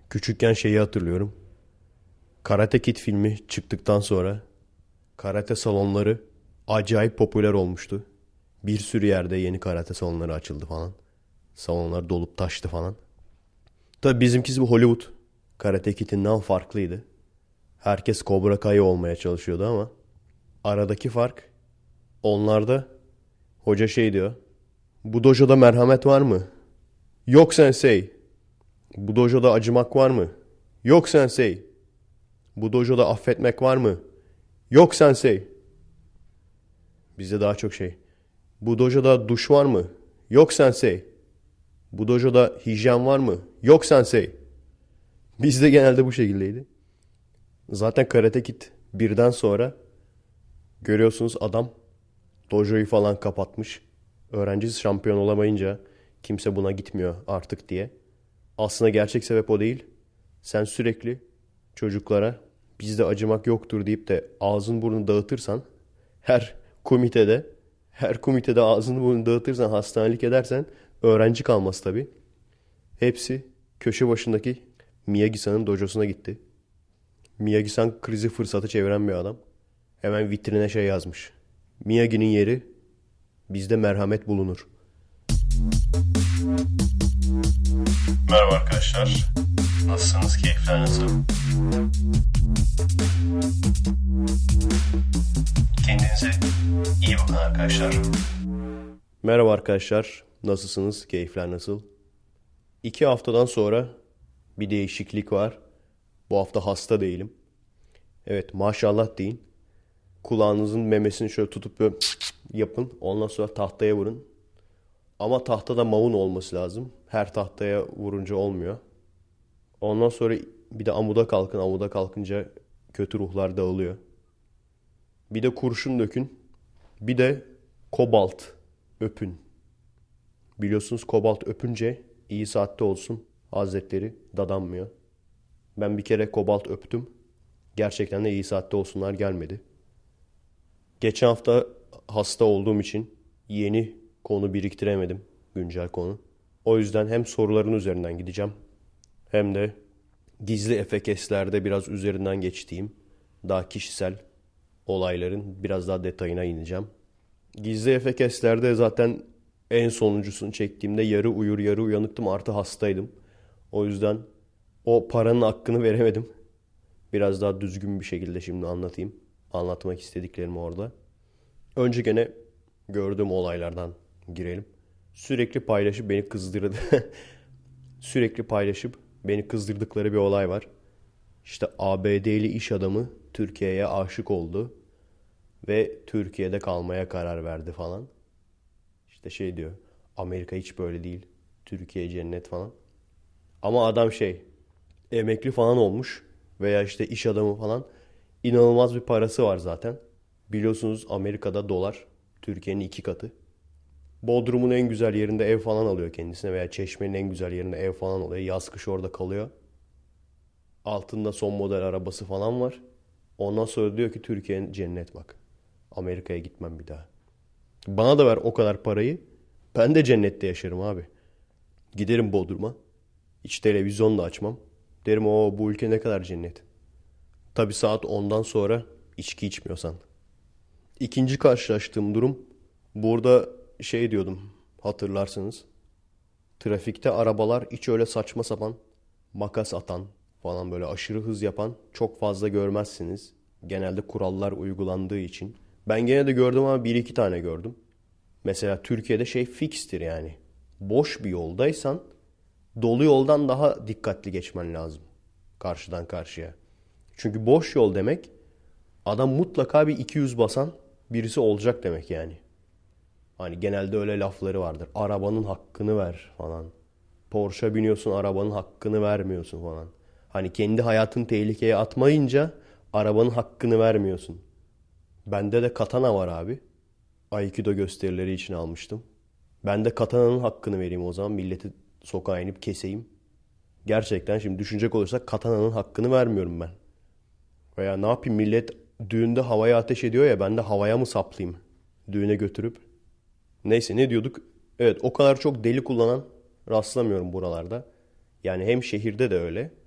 Küçükken şeyi hatırlıyorum. Karate Kid filmi çıktıktan sonra karate salonları acayip popüler olmuştu. Bir sürü yerde yeni karate salonları açıldı falan. Salonlar dolup taştı falan. Tabii bizimkisi bu Hollywood. Karate Kid'inden farklıydı. Herkes Cobra Kai olmaya çalışıyordu ama aradaki fark onlarda hoca şey diyor. Bu dojoda merhamet var mı? Yok sensei. Bu dojoda acımak var mı? Yok sensei. Bu dojoda affetmek var mı? Yok sensei. Bizde daha çok şey. Bu dojoda duş var mı? Yok sensei. Bu dojoda hijyen var mı? Yok sensei. Bizde genelde bu şekildeydi. Zaten Karate Kid birden sonra görüyorsunuz adam dojoyu falan kapatmış. Öğrencisi şampiyon olamayınca kimse buna gitmiyor artık diye. Aslında gerçek sebep o değil. Sen sürekli çocuklara bizde acımak yoktur deyip de ağzın burnunu dağıtırsan her komitede her komitede ağzını burnunu dağıtırsan hastanelik edersen öğrenci kalmaz tabii. Hepsi köşe başındaki Miyagi-San'ın dojosuna gitti. Miyagi-San krizi fırsatı çeviren bir adam. Hemen vitrine şey yazmış. Miyagi'nin yeri bizde merhamet bulunur. Merhaba arkadaşlar. Nasılsınız? Keyifler nasıl? Kendinize iyi bakın arkadaşlar. Merhaba arkadaşlar. Nasılsınız? Keyifler nasıl? 2 haftadan sonra bir değişiklik var. Bu hafta hasta değilim. Evet, maşallah deyin. Kulağınızın memesini şöyle tutup böyle yapın. Ondan sonra tahtaya vurun. Ama tahtada mavun olması lazım. Her tahtaya vurunca olmuyor. Ondan sonra bir de amuda kalkın. Amuda kalkınca kötü ruhlar dağılıyor. Bir de kurşun dökün. Bir de kobalt öpün. Biliyorsunuz kobalt öpünce iyi saatte olsun. Hazretleri dadanmıyor. Ben bir kere kobalt öptüm. Gerçekten de iyi saatte olsunlar gelmedi. Geçen hafta hasta olduğum için yeni konu biriktiremedim. Güncel konu. O yüzden hem soruların üzerinden gideceğim. Hem de gizli efekeslerde biraz üzerinden geçtiğim daha kişisel olayların biraz daha detayına ineceğim. Gizli efekeslerde zaten en sonuncusunu çektiğimde yarı uyur yarı uyanıktım artı hastaydım. O yüzden o paranın hakkını veremedim. Biraz daha düzgün bir şekilde şimdi anlatayım. Anlatmak istediklerimi orada. Önce gene gördüğüm olaylardan girelim. Sürekli paylaşıp beni kızdırdı. Sürekli paylaşıp beni kızdırdıkları bir olay var. İşte ABD'li iş adamı Türkiye'ye aşık oldu ve Türkiye'de kalmaya karar verdi falan. İşte şey diyor. Amerika hiç böyle değil. Türkiye cennet falan. Ama adam şey emekli falan olmuş veya işte iş adamı falan. İnanılmaz bir parası var zaten. Biliyorsunuz Amerika'da dolar Türkiye'nin 2 katı. Bodrum'un en güzel yerinde ev falan alıyor kendisine veya Çeşme'nin en güzel yerinde ev falan alıyor. Yaz kış orada kalıyor. Altında son model arabası falan var. Ondan sonra diyor ki Türkiye'nin cennet bak. Amerika'ya gitmem bir daha. Bana da ver o kadar parayı. Ben de cennette yaşarım abi. Giderim Bodrum'a. Hiç televizyon da açmam. Derim o bu ülke ne kadar cennet. Tabi saat 10'dan sonra içki içmiyorsan. İkinci karşılaştığım durum. Burada şey diyordum hatırlarsınız. Trafikte arabalar hiç öyle saçma sapan makas atan falan böyle aşırı hız yapan çok fazla görmezsiniz. Genelde kurallar uygulandığı için. Ben gene de gördüm ama bir iki tane gördüm. Mesela Türkiye'de şey fikstir yani. Boş bir yoldaysan dolu yoldan daha dikkatli geçmen lazım. Karşıdan karşıya. Çünkü boş yol demek adam mutlaka bir 200 basan birisi olacak demek yani. Hani genelde öyle lafları vardır. Arabanın hakkını ver falan. Porsche biniyorsun arabanın hakkını vermiyorsun falan. Hani kendi hayatını tehlikeye atmayınca arabanın hakkını vermiyorsun. Bende de katana var abi. Aikido gösterileri için almıştım. Ben de katananın hakkını vereyim o zaman. Milleti sokağa inip keseyim. Gerçekten şimdi düşünecek olursak katananın hakkını vermiyorum ben. Veya ne yapayım millet düğünde havaya ateş ediyor ya ben de havaya mı saplayayım? Düğüne götürüp. Neyse ne diyorduk? Evet o kadar çok deli kullanan rastlamıyorum buralarda. Yani hem şehirde de öyle.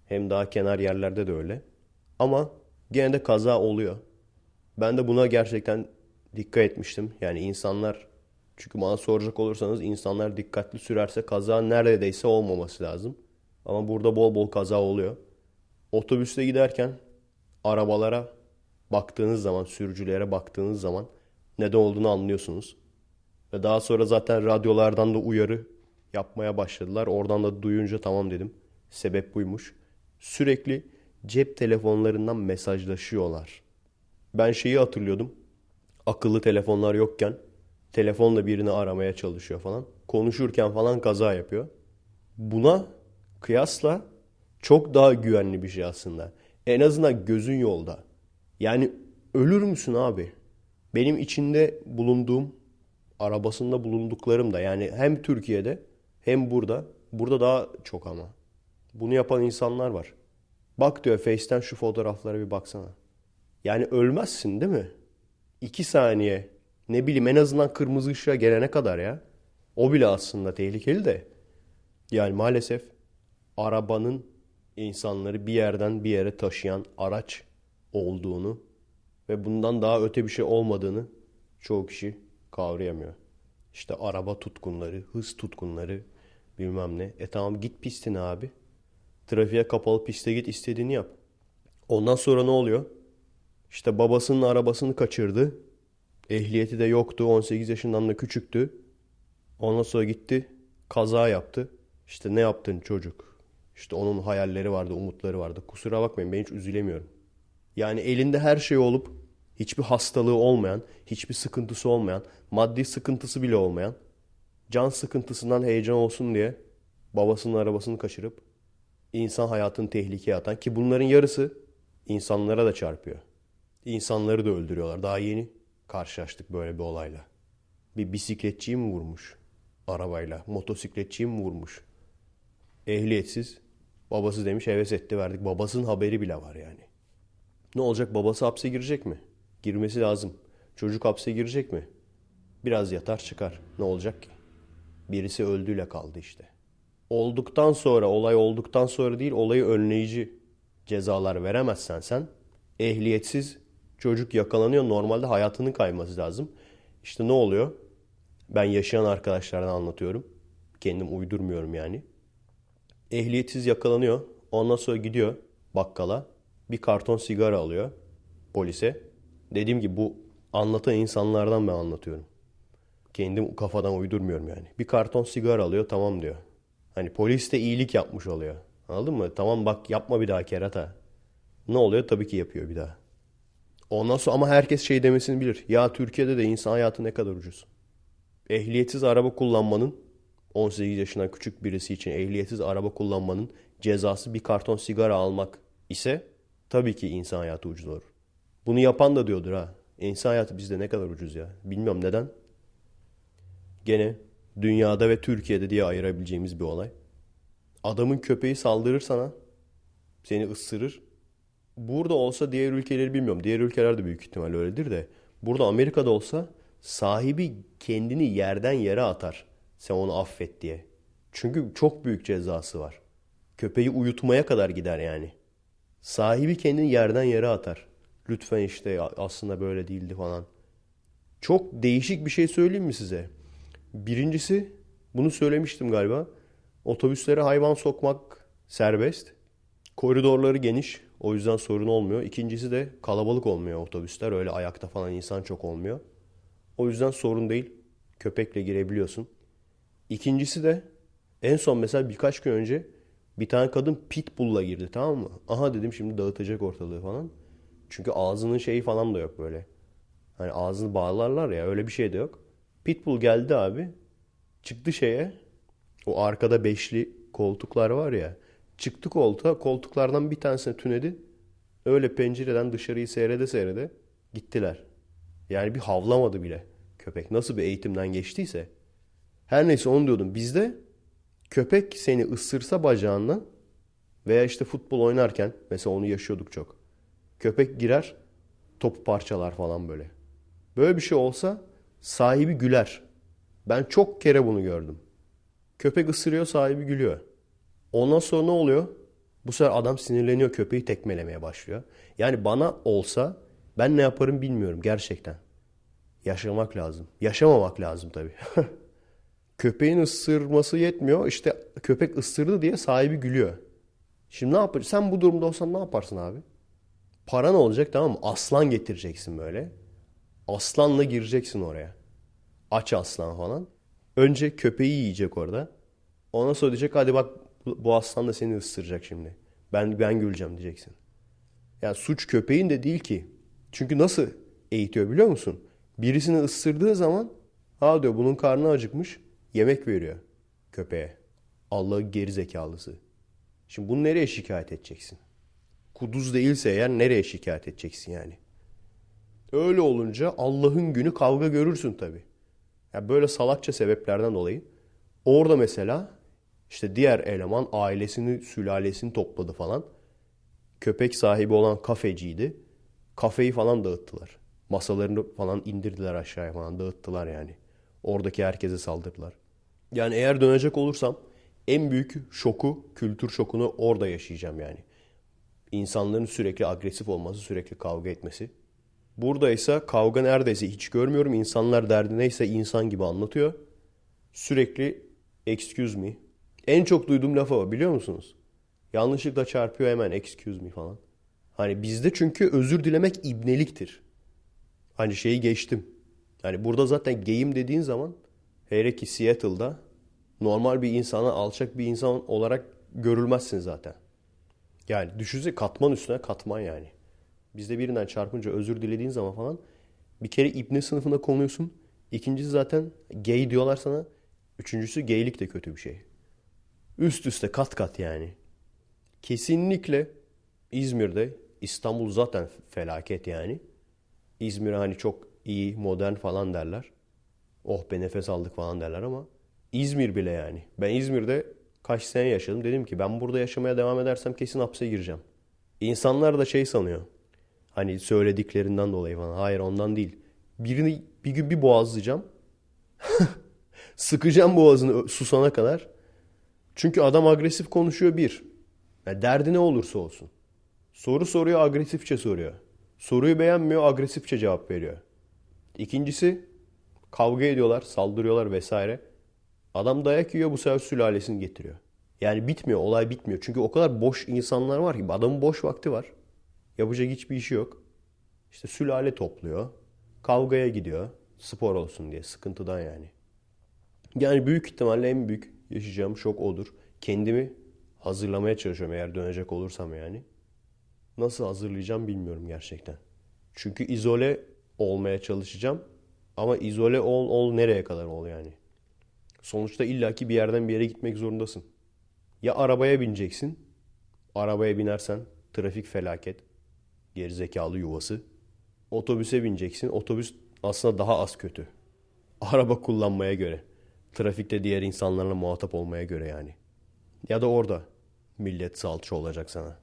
hem daha kenar yerlerde de öyle. Ama gene de kaza oluyor. Ben de buna gerçekten dikkat etmiştim. Yani insanlar, çünkü bana soracak olursanız, insanlar dikkatli sürerse kaza neredeyse olmaması lazım. Ama burada bol bol kaza oluyor. Otobüste giderken arabalara baktığınız zaman, sürücülere baktığınız zaman neden olduğunu anlıyorsunuz. Ve daha sonra zaten radyolardan da uyarı yapmaya başladılar. Oradan da duyunca tamam dedim. Sebep buymuş. Sürekli cep telefonlarından mesajlaşıyorlar. Ben şeyi hatırlıyordum. Akıllı telefonlar yokken telefonla birini aramaya çalışıyor falan. Konuşurken falan kaza yapıyor. Buna kıyasla çok daha güvenli bir şey aslında. En azından gözün yolda. Yani ölür müsün abi? Benim içinde bulunduğum, arabasında bulunduklarım da, yani hem Türkiye'de hem burada. Burada daha çok ama. Bunu yapan insanlar var. Bak diyor, Face'ten şu fotoğraflara bir baksana. Yani ölmezsin değil mi? 2 saniye. Ne bileyim, en azından kırmızı ışığa gelene kadar ya. O bile aslında tehlikeli de. Yani maalesef arabanın insanları bir yerden bir yere taşıyan araç olduğunu ve bundan daha öte bir şey olmadığını çoğu kişi kavrayamıyor. İşte araba tutkunları, hız tutkunları, bilmem ne. Tamam, git pistine abi. Trafiğe kapalı piste git, istediğini yap. Ondan sonra ne oluyor? İşte babasının arabasını kaçırdı. Ehliyeti de yoktu. 18 yaşından da küçüktü. Ondan sonra gitti, kaza yaptı. İşte ne yaptın çocuk? İşte onun hayalleri vardı, umutları vardı. Kusura bakmayın, ben hiç üzülemiyorum. Yani elinde her şey olup hiçbir hastalığı olmayan, hiçbir sıkıntısı olmayan, maddi sıkıntısı bile olmayan, can sıkıntısından heyecan olsun diye babasının arabasını kaçırıp insan hayatını tehlikeye atan, ki bunların yarısı insanlara da çarpıyor. İnsanları da öldürüyorlar. Daha yeni karşılaştık böyle bir olayla. Bir bisikletçiyi mi vurmuş arabayla? Motosikletçiyi mi vurmuş? Ehliyetsiz. Babası demiş heves etti verdik. Babasının haberi bile var yani. Ne olacak? Babası hapse girecek mi? Girmesi lazım. Çocuk hapse girecek mi? Biraz yatar çıkar. Ne olacak ki? Birisi öldüğüyle kaldı işte. Olduktan sonra, olay olduktan sonra değil, olayı önleyici cezalar veremezsen sen, ehliyetsiz çocuk yakalanıyor. Normalde hayatının kayması lazım. İşte ne oluyor? Ben yaşayan arkadaşlardan anlatıyorum. Kendim uydurmuyorum yani. Ehliyetsiz yakalanıyor. Ondan sonra gidiyor bakkala. Bir karton sigara alıyor polise. Dediğim gibi bu anlatan insanlardan ben anlatıyorum. Kendim kafadan uydurmuyorum yani. Bir karton sigara alıyor, tamam diyor. Hani polis de iyilik yapmış oluyor. Anladın mı? Tamam bak, yapma bir daha kerata. Ne oluyor? Tabii ki yapıyor bir daha. Ondan sonra ama herkes şey demesini bilir. Ya Türkiye'de de insan hayatı ne kadar ucuz. Ehliyetsiz araba kullanmanın, 18 yaşından küçük birisi için ehliyetsiz araba kullanmanın cezası bir karton sigara almak ise tabii ki insan hayatı ucuz olur. Bunu yapan da diyordur ha. İnsan hayatı bizde ne kadar ucuz ya. Bilmiyorum neden. Gene dünyada ve Türkiye'de diye ayırabileceğimiz bir olay. Adamın köpeği saldırır sana. Seni ısırır. Burada olsa, diğer ülkeleri bilmiyorum. Diğer ülkeler de büyük ihtimal öyledir de. Burada Amerika'da olsa sahibi kendini yerden yere atar. Sen onu affet diye. Çünkü çok büyük cezası var. Köpeği uyutmaya kadar gider yani. Sahibi kendini yerden yere atar. Lütfen işte aslında böyle değildi falan. Çok değişik bir şey söyleyeyim mi size? Birincisi, bunu söylemiştim galiba. Otobüslere hayvan sokmak serbest. Koridorları geniş. O yüzden sorun olmuyor. İkincisi de kalabalık olmuyor otobüsler. Öyle ayakta falan insan çok olmuyor. O yüzden sorun değil. Köpekle girebiliyorsun. İkincisi de en son mesela birkaç gün önce bir tane kadın pitbull'la girdi, tamam mı? Aha dedim, şimdi dağıtacak ortalığı falan. Çünkü ağzının şeyi falan da yok böyle. Hani ağzını bağlarlar ya, öyle bir şey de yok. Pitbull geldi abi. Çıktı şeye. O arkada beşli koltuklar var ya. Çıktı koltuğa. Koltuklardan bir tanesine tünedi. Öyle pencereden dışarıyı seyrede seyrede gittiler. Yani bir havlamadı bile köpek. Nasıl bir eğitimden geçtiyse. Her neyse, onu diyordum. Bizde köpek seni ısırsa bacağından veya işte futbol oynarken, mesela onu yaşıyorduk çok. Köpek girer, topu parçalar falan böyle. Böyle bir şey olsa sahibi güler. Ben çok kere bunu gördüm. Köpek ısırıyor, sahibi gülüyor. Ondan sonra ne oluyor? Bu sefer adam sinirleniyor, köpeği tekmelemeye başlıyor. Yani bana olsa ben ne yaparım bilmiyorum gerçekten. Yaşamak lazım. Yaşamamak lazım tabii. Köpeğin ısırması yetmiyor. İşte köpek ısırdı diye sahibi gülüyor. Şimdi ne yapacaksın? Sen bu durumda olsan ne yaparsın abi? Para ne olacak, tamam mı? Aslan getireceksin böyle. Aslanla gireceksin oraya. Aç aslan falan. Önce köpeği yiyecek orada. Ondan sonra diyecek hadi bak bu aslan da seni ısıracak şimdi. Ben güleceğim diyeceksin. Yani suç köpeğin de değil ki. Çünkü nasıl eğitiyor biliyor musun? Birisini ısırdığı zaman ha diyor bunun karnı acıkmış, yemek veriyor köpeğe. Allah'ın geri zekalısı. Şimdi bunu nereye şikayet edeceksin? Kuduz değilse eğer nereye şikayet edeceksin yani? Öyle olunca Allah'ın günü kavga görürsün tabii. Yani böyle salakça sebeplerden dolayı. Orada mesela işte diğer eleman ailesini, sülalesini topladı falan. Köpek sahibi olan kafeciydi. Kafeyi falan dağıttılar. Masalarını falan indirdiler aşağıya falan dağıttılar yani. Oradaki herkese saldırdılar. Yani eğer dönecek olursam en büyük şoku, kültür şokunu orada yaşayacağım yani. İnsanların sürekli agresif olması, sürekli kavga etmesi. Burada ise kavga neredeyse hiç görmüyorum. İnsanlar derdi neyse insan gibi anlatıyor. Sürekli excuse me. En çok duyduğum laf o biliyor musunuz? Yanlışlıkla çarpıyor hemen excuse me falan. Hani bizde çünkü özür dilemek ibneliktir. Hani şeyi geçtim. Hani burada zaten gayim dediğin zaman hele ki Seattle'da normal bir insana alçak bir insan olarak görülmezsin zaten. Yani düşünsene katman üstüne katman yani. Bizde birinden çarpınca özür dilediğin zaman falan bir kere ibne sınıfına konuyorsun. İkincisi zaten gay diyorlar sana. Üçüncüsü gaylik de kötü bir şey. Üst üste kat kat yani. Kesinlikle İzmir'de, İstanbul zaten felaket yani. İzmir hani çok iyi, modern falan derler. Oh be nefes aldık falan derler ama İzmir bile yani. Ben İzmir'de kaç sene yaşadım. Dedim ki ben burada yaşamaya devam edersem kesin hapse gireceğim. İnsanlar da şey sanıyor. Hani söylediklerinden dolayı falan. Hayır ondan değil. Birini bir gün bir boğazlayacağım. Sıkacağım boğazını susana kadar. Çünkü adam agresif konuşuyor bir. Yani derdi ne olursa olsun. Soru soruyor, agresifçe soruyor. Soruyu beğenmiyor, agresifçe cevap veriyor. İkincisi kavga ediyorlar, saldırıyorlar vesaire. Adam dayak yiyor, bu sefer sülalesini getiriyor. Yani bitmiyor, olay bitmiyor. Çünkü o kadar boş insanlar var ki adamın boş vakti var. Yapacak hiçbir işi yok. İşte sülale topluyor. Kavgaya gidiyor. Spor olsun diye sıkıntıdan yani. Yani büyük ihtimalle en büyük yaşayacağım şok odur. Kendimi hazırlamaya çalışıyorum eğer dönecek olursam yani. Nasıl hazırlayacağım bilmiyorum gerçekten. Çünkü izole olmaya çalışacağım. Ama izole ol nereye kadar ol yani. Sonuçta illaki bir yerden bir yere gitmek zorundasın. Ya arabaya bineceksin. Arabaya binersen trafik felaket. Gerizekalı yuvası. Otobüse bineceksin. Otobüs aslında daha az kötü. Araba kullanmaya göre. Trafikte diğer insanlarla muhatap olmaya göre yani. Ya da orada millet salça olacak sana.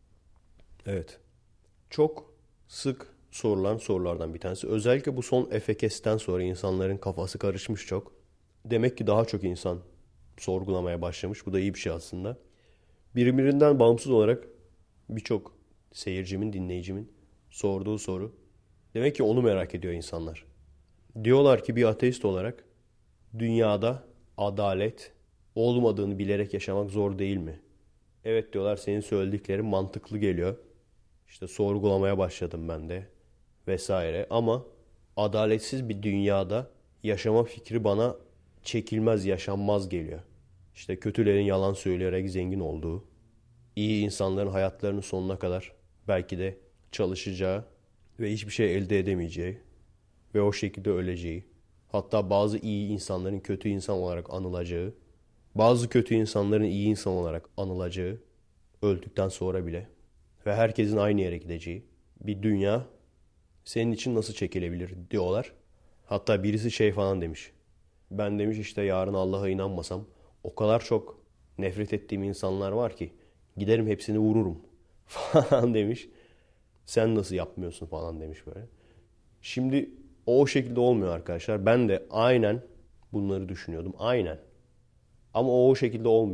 Evet. Çok sık sorulan sorulardan bir tanesi. Özellikle bu son Efekes'ten sonra insanların kafası karışmış çok. Demek ki daha çok insan sorgulamaya başlamış. Bu da iyi bir şey aslında. Birbirinden bağımsız olarak birçok seyircimin, dinleyicimin sorduğu soru. Demek ki onu merak ediyor insanlar. Diyorlar ki bir ateist olarak dünyada adalet olmadığını bilerek yaşamak zor değil mi? Evet diyorlar senin söylediklerin mantıklı geliyor. İşte sorgulamaya başladım ben de vesaire. Ama adaletsiz bir dünyada yaşama fikri bana çekilmez, yaşanmaz geliyor. İşte kötülerin yalan söyleyerek zengin olduğu, iyi insanların hayatlarının sonuna kadar belki de çalışacağı ve hiçbir şey elde edemeyeceği ve o şekilde öleceği. Hatta bazı iyi insanların kötü insan olarak anılacağı, bazı kötü insanların iyi insan olarak anılacağı, öldükten sonra bile ve herkesin aynı yere gideceği bir dünya senin için nasıl çekilebilir diyorlar. Hatta birisi şey falan demiş. Ben demiş işte yarın Allah'a inanmasam o kadar çok nefret ettiğim insanlar var ki giderim hepsini vururum falan demiş. Sen nasıl yapmıyorsun falan demiş böyle. Şimdi o şekilde olmuyor arkadaşlar. Ben de aynen bunları düşünüyordum. Aynen. Ama o şekilde olmuyor.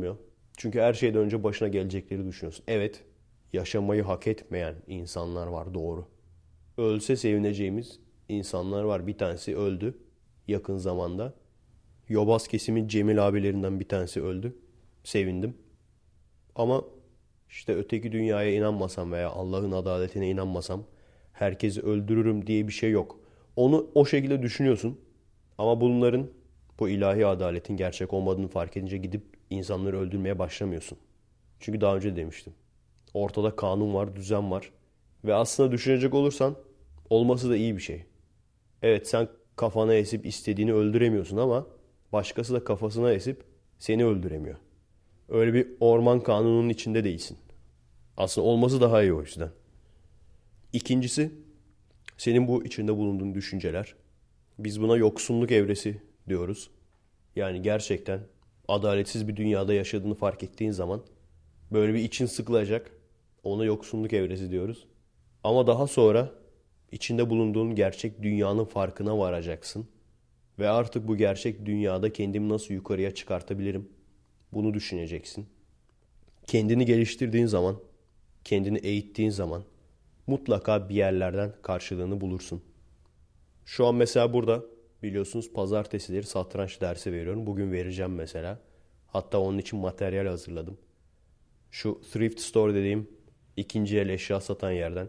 Çünkü her şeyden önce başına gelecekleri düşünüyorsun. Evet, yaşamayı hak etmeyen insanlar var, doğru. Ölse sevineceğimiz insanlar var. Bir tanesi öldü yakın zamanda. Yobaz kesimin Cemil abilerinden bir tanesi öldü. Sevindim. Ama işte öteki dünyaya inanmasam veya Allah'ın adaletine inanmasam herkesi öldürürüm diye bir şey yok. Onu o şekilde düşünüyorsun. Ama bunların, bu ilahi adaletin gerçek olmadığını fark edince gidip insanları öldürmeye başlamıyorsun. Çünkü daha önce demiştim. Ortada kanun var, düzen var. Ve aslında düşünecek olursan olması da iyi bir şey. Evet, sen kafana esip istediğini öldüremiyorsun ama başkası da kafasına esip seni öldüremiyor. Öyle bir orman kanununun içinde değilsin. Aslında olması daha iyi o yüzden. İkincisi, senin bu içinde bulunduğun düşünceler. Biz buna yoksunluk evresi diyoruz. Yani gerçekten adaletsiz bir dünyada yaşadığını fark ettiğin zaman böyle bir için sıkılacak. Ona yoksunluk evresi diyoruz. Ama daha sonra içinde bulunduğun gerçek dünyanın farkına varacaksın. Ve artık bu gerçek dünyada kendimi nasıl yukarıya çıkartabilirim? Bunu düşüneceksin. Kendini geliştirdiğin zaman, kendini eğittiğin zaman mutlaka bir yerlerden karşılığını bulursun. Şu an mesela burada biliyorsunuz pazartesileri satranç dersi veriyorum. Bugün vereceğim mesela. Hatta onun için materyal hazırladım. Şu thrift store dediğim ikinci el eşya satan yerden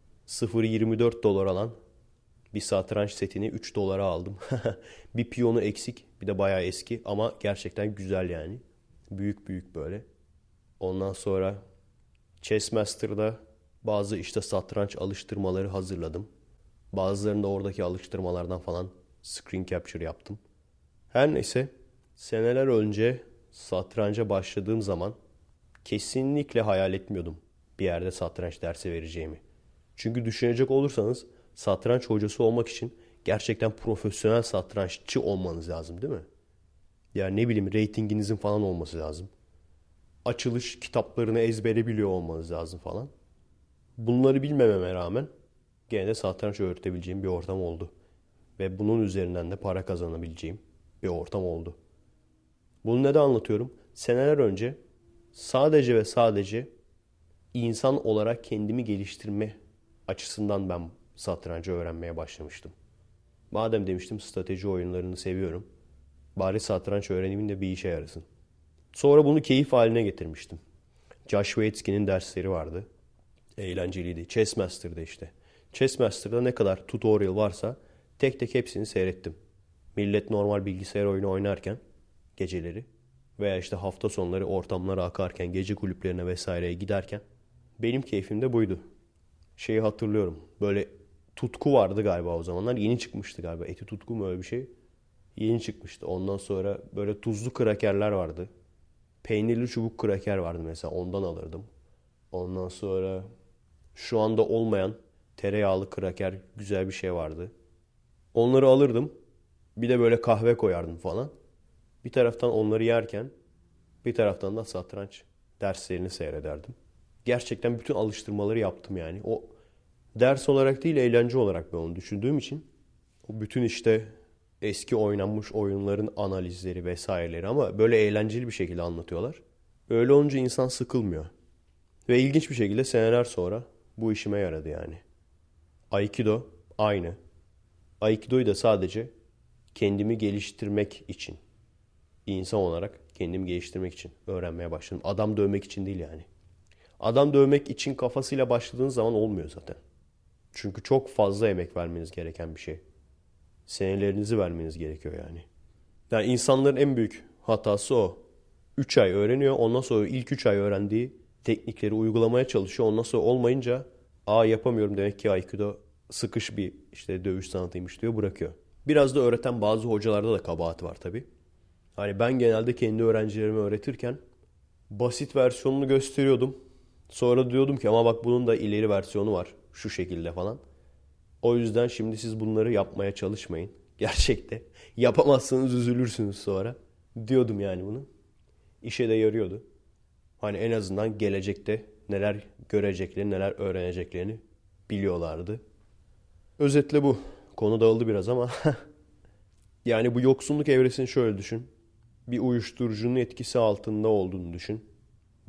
0,24 dolar alan bir satranç setini 3 dolara aldım. Bir piyonu eksik, bir de bayağı eski ama gerçekten güzel yani. Büyük büyük böyle. Ondan sonra Chessmaster'da bazı işte satranç alıştırmaları hazırladım. Bazılarında oradaki alıştırmalardan falan screen capture yaptım. Her neyse, seneler önce satranca başladığım zaman kesinlikle hayal etmiyordum bir yerde satranç dersi vereceğimi. Çünkü düşünecek olursanız satranç hocası olmak için gerçekten profesyonel satranççı olmanız lazım, değil mi? Yani ne bileyim, reytinginizin falan olması lazım. Açılış kitaplarını ezbere biliyor olmanız lazım falan. Bunları bilmememe rağmen gene de satranç öğretebileceğim bir ortam oldu. Ve bunun üzerinden de para kazanabileceğim bir ortam oldu. Bunu neden anlatıyorum? Seneler önce sadece ve sadece insan olarak kendimi geliştirme açısından ben satrancı öğrenmeye başlamıştım. Madem demiştim strateji oyunlarını seviyorum, bari satranç öğreneyim de bir işe yarasın. Sonra bunu keyif haline getirmiştim. Josh Waitzkin'in dersleri vardı. Eğlenceliydi. Chessmaster'da işte. Chessmaster'da ne kadar tutorial varsa tek tek hepsini seyrettim. Millet normal bilgisayar oyunu oynarken geceleri veya işte hafta sonları ortamlara akarken, gece kulüplerine vesaireye giderken benim keyfim de buydu. Şeyi hatırlıyorum. Böyle tutku vardı galiba o zamanlar. Yeni çıkmıştı galiba. Eti tutku mu, öyle bir şey. Yeni çıkmıştı. Ondan sonra böyle tuzlu krakerler vardı. Peynirli çubuk kraker vardı mesela. Ondan alırdım. Ondan sonra şu anda olmayan tereyağlı kraker, güzel bir şey vardı. Onları alırdım. Bir de böyle kahve koyardım falan. Bir taraftan onları yerken bir taraftan da satranç derslerini seyrederdim. Gerçekten bütün alıştırmaları yaptım yani. O ders olarak değil, eğlence olarak ben onu düşündüğüm için o bütün işte eski oynanmış oyunların analizleri vesaireleri ama böyle eğlenceli bir şekilde anlatıyorlar. Öyle olunca insan sıkılmıyor. Ve ilginç bir şekilde seneler sonra bu işime yaradı yani. Aikido aynı. Aikido'yu da sadece kendimi geliştirmek için, insan olarak kendimi geliştirmek için öğrenmeye başladım. Adam dövmek için değil yani. Adam dövmek için kafasıyla başladığınız zaman olmuyor zaten. Çünkü çok fazla emek vermeniz gereken bir şey. Senelerinizi vermeniz gerekiyor yani. Yani insanların en büyük hatası o. 3 ay öğreniyor. Ondan sonra ilk 3 ay öğrendiği teknikleri uygulamaya çalışıyor. Ondan sonra olmayınca yapamıyorum, demek ki Aikido sıkış bir işte dövüş sanatıymış diyor, bırakıyor. Biraz da öğreten bazı hocalarda da kabahat var tabii. Hani ben genelde kendi öğrencilerime öğretirken basit versiyonunu gösteriyordum. Sonra diyordum ki ama bak bunun da ileri versiyonu var. Şu şekilde falan. O yüzden şimdi siz bunları yapmaya çalışmayın. Gerçekte. Yapamazsanız üzülürsünüz sonra. Diyordum yani bunu. İşe de yarıyordu. Hani en azından gelecekte neler göreceklerini, neler öğreneceklerini biliyorlardı. Özetle bu. Konu dağıldı biraz ama. Yani bu yoksunluk evresini şöyle düşün. Bir uyuşturucunun etkisi altında olduğunu düşün.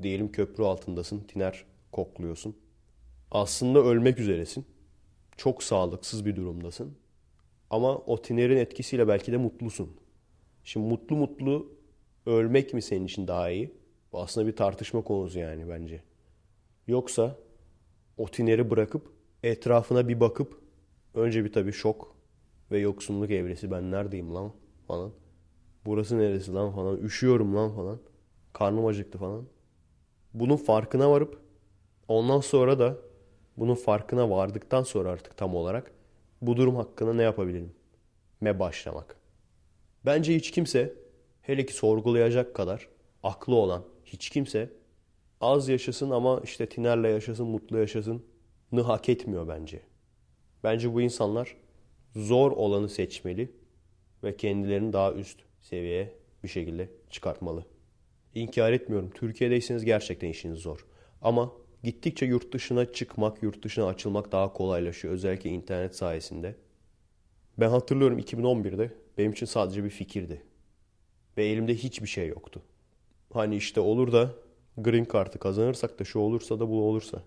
Diyelim köprü altındasın, tiner kokluyorsun. Aslında ölmek üzeresin. Çok sağlıksız bir durumdasın. Ama o tinerin etkisiyle belki de mutlusun. Şimdi mutlu mutlu ölmek mi senin için daha iyi? Bu aslında bir tartışma konusu yani bence. Yoksa o tineri bırakıp etrafına bir bakıp önce bir tabii şok ve yoksunluk evresi. Ben neredeyim lan falan. Burası neresi lan falan. Üşüyorum lan falan. Karnım acıktı falan. Bunun farkına varıp ondan sonra da bunun farkına vardıktan sonra artık tam olarak bu durum hakkında ne yapabilirim? Başlamak. Bence hiç kimse, hele ki sorgulayacak kadar aklı olan hiç kimse az yaşasın ama işte tinerle yaşasın, mutlu yaşasın hak etmiyor bence. Bence bu insanlar zor olanı seçmeli ve kendilerini daha üst seviyeye bir şekilde çıkartmalı. İnkar etmiyorum. Türkiye'deyseniz gerçekten işiniz zor. Ama gittikçe yurt dışına çıkmak, yurt dışına açılmak daha kolaylaşıyor. Özellikle internet sayesinde. Ben hatırlıyorum 2011'de benim için sadece bir fikirdi. Ve elimde hiçbir şey yoktu. Hani işte olur da Green Card'ı kazanırsak da şu olursa da bu olursa.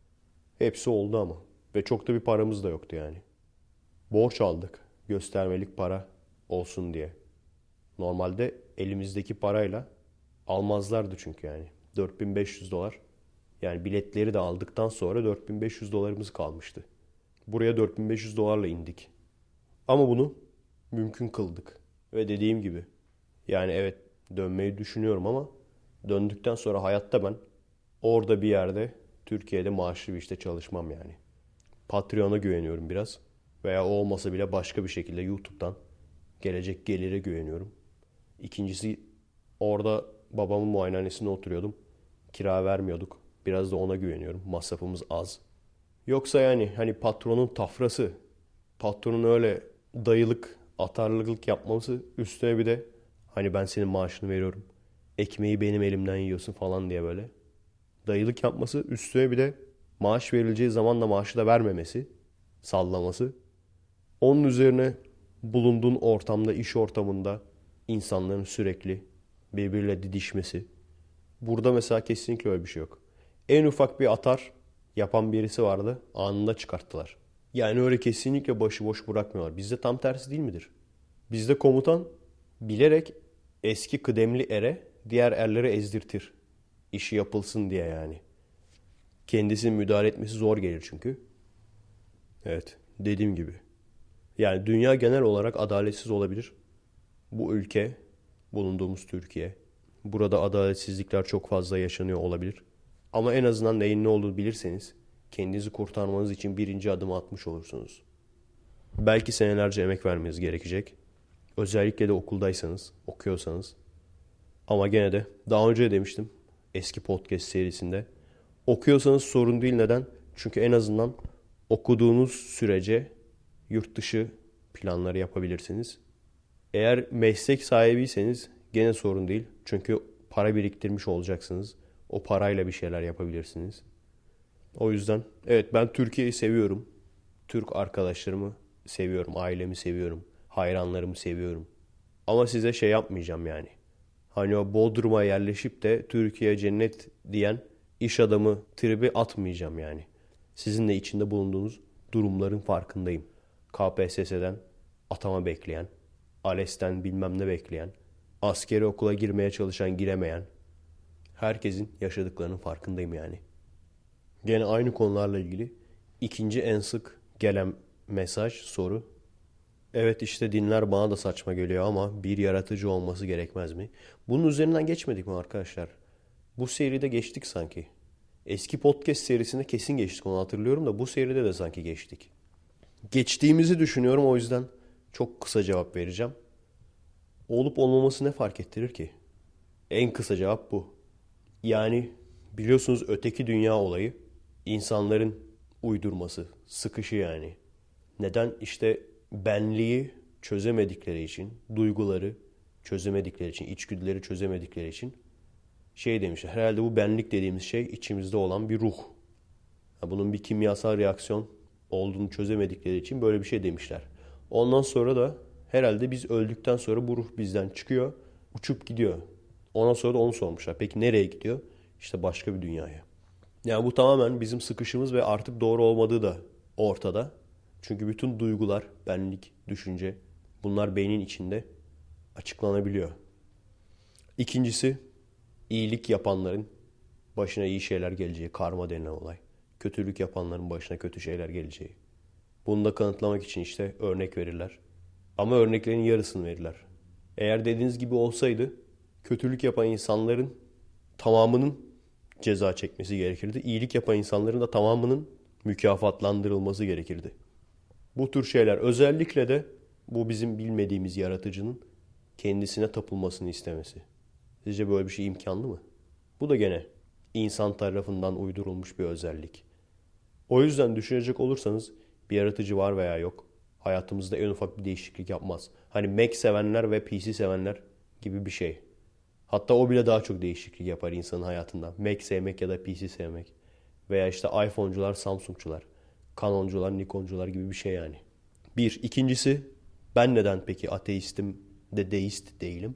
Hepsi oldu ama. Ve çok da bir paramız da yoktu yani. Borç aldık. Göstermelik para olsun diye. Normalde elimizdeki parayla almazlardı çünkü yani. 4500 dolar. Yani biletleri de aldıktan sonra 4500 dolarımız kalmıştı. Buraya 4500 dolarla indik. Ama bunu mümkün kıldık. Ve dediğim gibi yani evet dönmeyi düşünüyorum ama döndükten sonra hayatta ben orada bir yerde Türkiye'de maaşlı bir işte çalışmam yani. Patreon'a güveniyorum biraz. Veya o olmasa bile başka bir şekilde YouTube'dan gelecek gelire güveniyorum. İkincisi orada babamın muayenehanesinde oturuyordum. Kira vermiyorduk. Biraz da ona güveniyorum. Masrafımız az. Yoksa yani hani patronun tafrası, patronun öyle dayılık, atarlılık yapması üstüne bir de hani ben senin maaşını veriyorum. Ekmeği benim elimden yiyorsun falan diye böyle. Dayılık yapması üstüne bir de maaş verileceği zaman da maaşı da vermemesi, sallaması. Onun üzerine bulunduğun ortamda, iş ortamında insanların sürekli birbiriyle didişmesi. Burada mesela kesinlikle öyle bir şey yok. En ufak bir atar yapan birisi vardı. Anında çıkarttılar. Yani öyle kesinlikle başıboş bırakmıyorlar. Bizde tam tersi değil midir? Bizde komutan bilerek eski kıdemli ere diğer erleri ezdirtir. İşi yapılsın diye yani. Kendisinin müdahale etmesi zor gelir çünkü. Evet, dediğim gibi. Yani dünya genel olarak adaletsiz olabilir. Bu ülke, bulunduğumuz Türkiye, burada adaletsizlikler çok fazla yaşanıyor olabilir. Ama en azından neyin ne olduğunu bilirseniz kendinizi kurtarmanız için birinci adımı atmış olursunuz. Belki senelerce emek vermeniz gerekecek. Özellikle de okuldaysanız, okuyorsanız. Ama gene de daha önce de demiştim eski podcast serisinde. Okuyorsanız sorun değil. Neden? Çünkü en azından okuduğunuz sürece yurt dışı planları yapabilirsiniz. Eğer meslek sahibiyseniz gene sorun değil. Çünkü para biriktirmiş olacaksınız. O parayla bir şeyler yapabilirsiniz. O yüzden evet ben Türkiye'yi seviyorum. Türk arkadaşlarımı seviyorum. Ailemi seviyorum. Hayranlarımı seviyorum. Ama size şey yapmayacağım yani. Hani o Bodrum'a yerleşip de Türkiye cennet diyen iş adamı tribi atmayacağım yani. Sizin de içinde bulunduğunuz durumların farkındayım. KPSS'den atama bekleyen, ALES'ten bilmem ne bekleyen, askeri okula girmeye çalışan giremeyen, herkesin yaşadıklarının farkındayım yani. Gene aynı konularla ilgili ikinci en sık gelen mesaj, soru. Evet işte dinler bana da saçma geliyor ama bir yaratıcı olması gerekmez mi? Bunun üzerinden geçmedik mi arkadaşlar? Bu seride geçtik sanki. Eski podcast serisinde kesin geçtik onu hatırlıyorum da bu seride de sanki geçtik. Geçtiğimizi düşünüyorum o yüzden çok kısa cevap vereceğim. Olup olmaması ne fark ettirir ki? En kısa cevap bu. Yani biliyorsunuz öteki dünya olayı insanların uydurması, sıkışı yani. Neden? İşte benliği çözemedikleri için, duyguları çözemedikleri için, içgüdüleri çözemedikleri için şey demişler. Herhalde bu benlik dediğimiz şey içimizde olan bir ruh. Bunun bir kimyasal reaksiyon olduğunu çözemedikleri için böyle bir şey demişler. Ondan sonra da herhalde biz öldükten sonra bu ruh bizden çıkıyor, uçup gidiyor. Ondan sonra da onu sormuşlar. Peki nereye gidiyor? işte başka bir dünyaya. Yani bu tamamen bizim sıkışımız ve artık doğru olmadığı da ortada. Çünkü bütün duygular, benlik, düşünce bunlar beynin içinde açıklanabiliyor. İkincisi, iyilik yapanların başına iyi şeyler geleceği, karma denilen olay. Kötülük yapanların başına kötü şeyler geleceği. Bunu da kanıtlamak için işte örnek verirler. Ama örneklerin yarısını verirler. Eğer dediğiniz gibi olsaydı kötülük yapan insanların tamamının ceza çekmesi gerekirdi. İyilik yapan insanların da tamamının mükafatlandırılması gerekirdi. Bu tür şeyler özellikle de bu bizim bilmediğimiz yaratıcının kendisine tapılmasını istemesi. Sizce böyle bir şey imkanlı mı? Bu da gene insan tarafından uydurulmuş bir özellik. O yüzden düşünecek olursanız bir yaratıcı var veya yok, hayatımızda en ufak bir değişiklik yapmaz. Hani Mac sevenler ve PC sevenler gibi bir şey. Hatta o bile daha çok değişiklik yapar insanın hayatında. Mac sevmek ya da PC sevmek. Veya işte iPhone'cular, Samsung'cular, Canon'cular, Nikon'cular gibi bir şey yani. Bir. İkincisi, ben neden peki ateistim de deist değilim?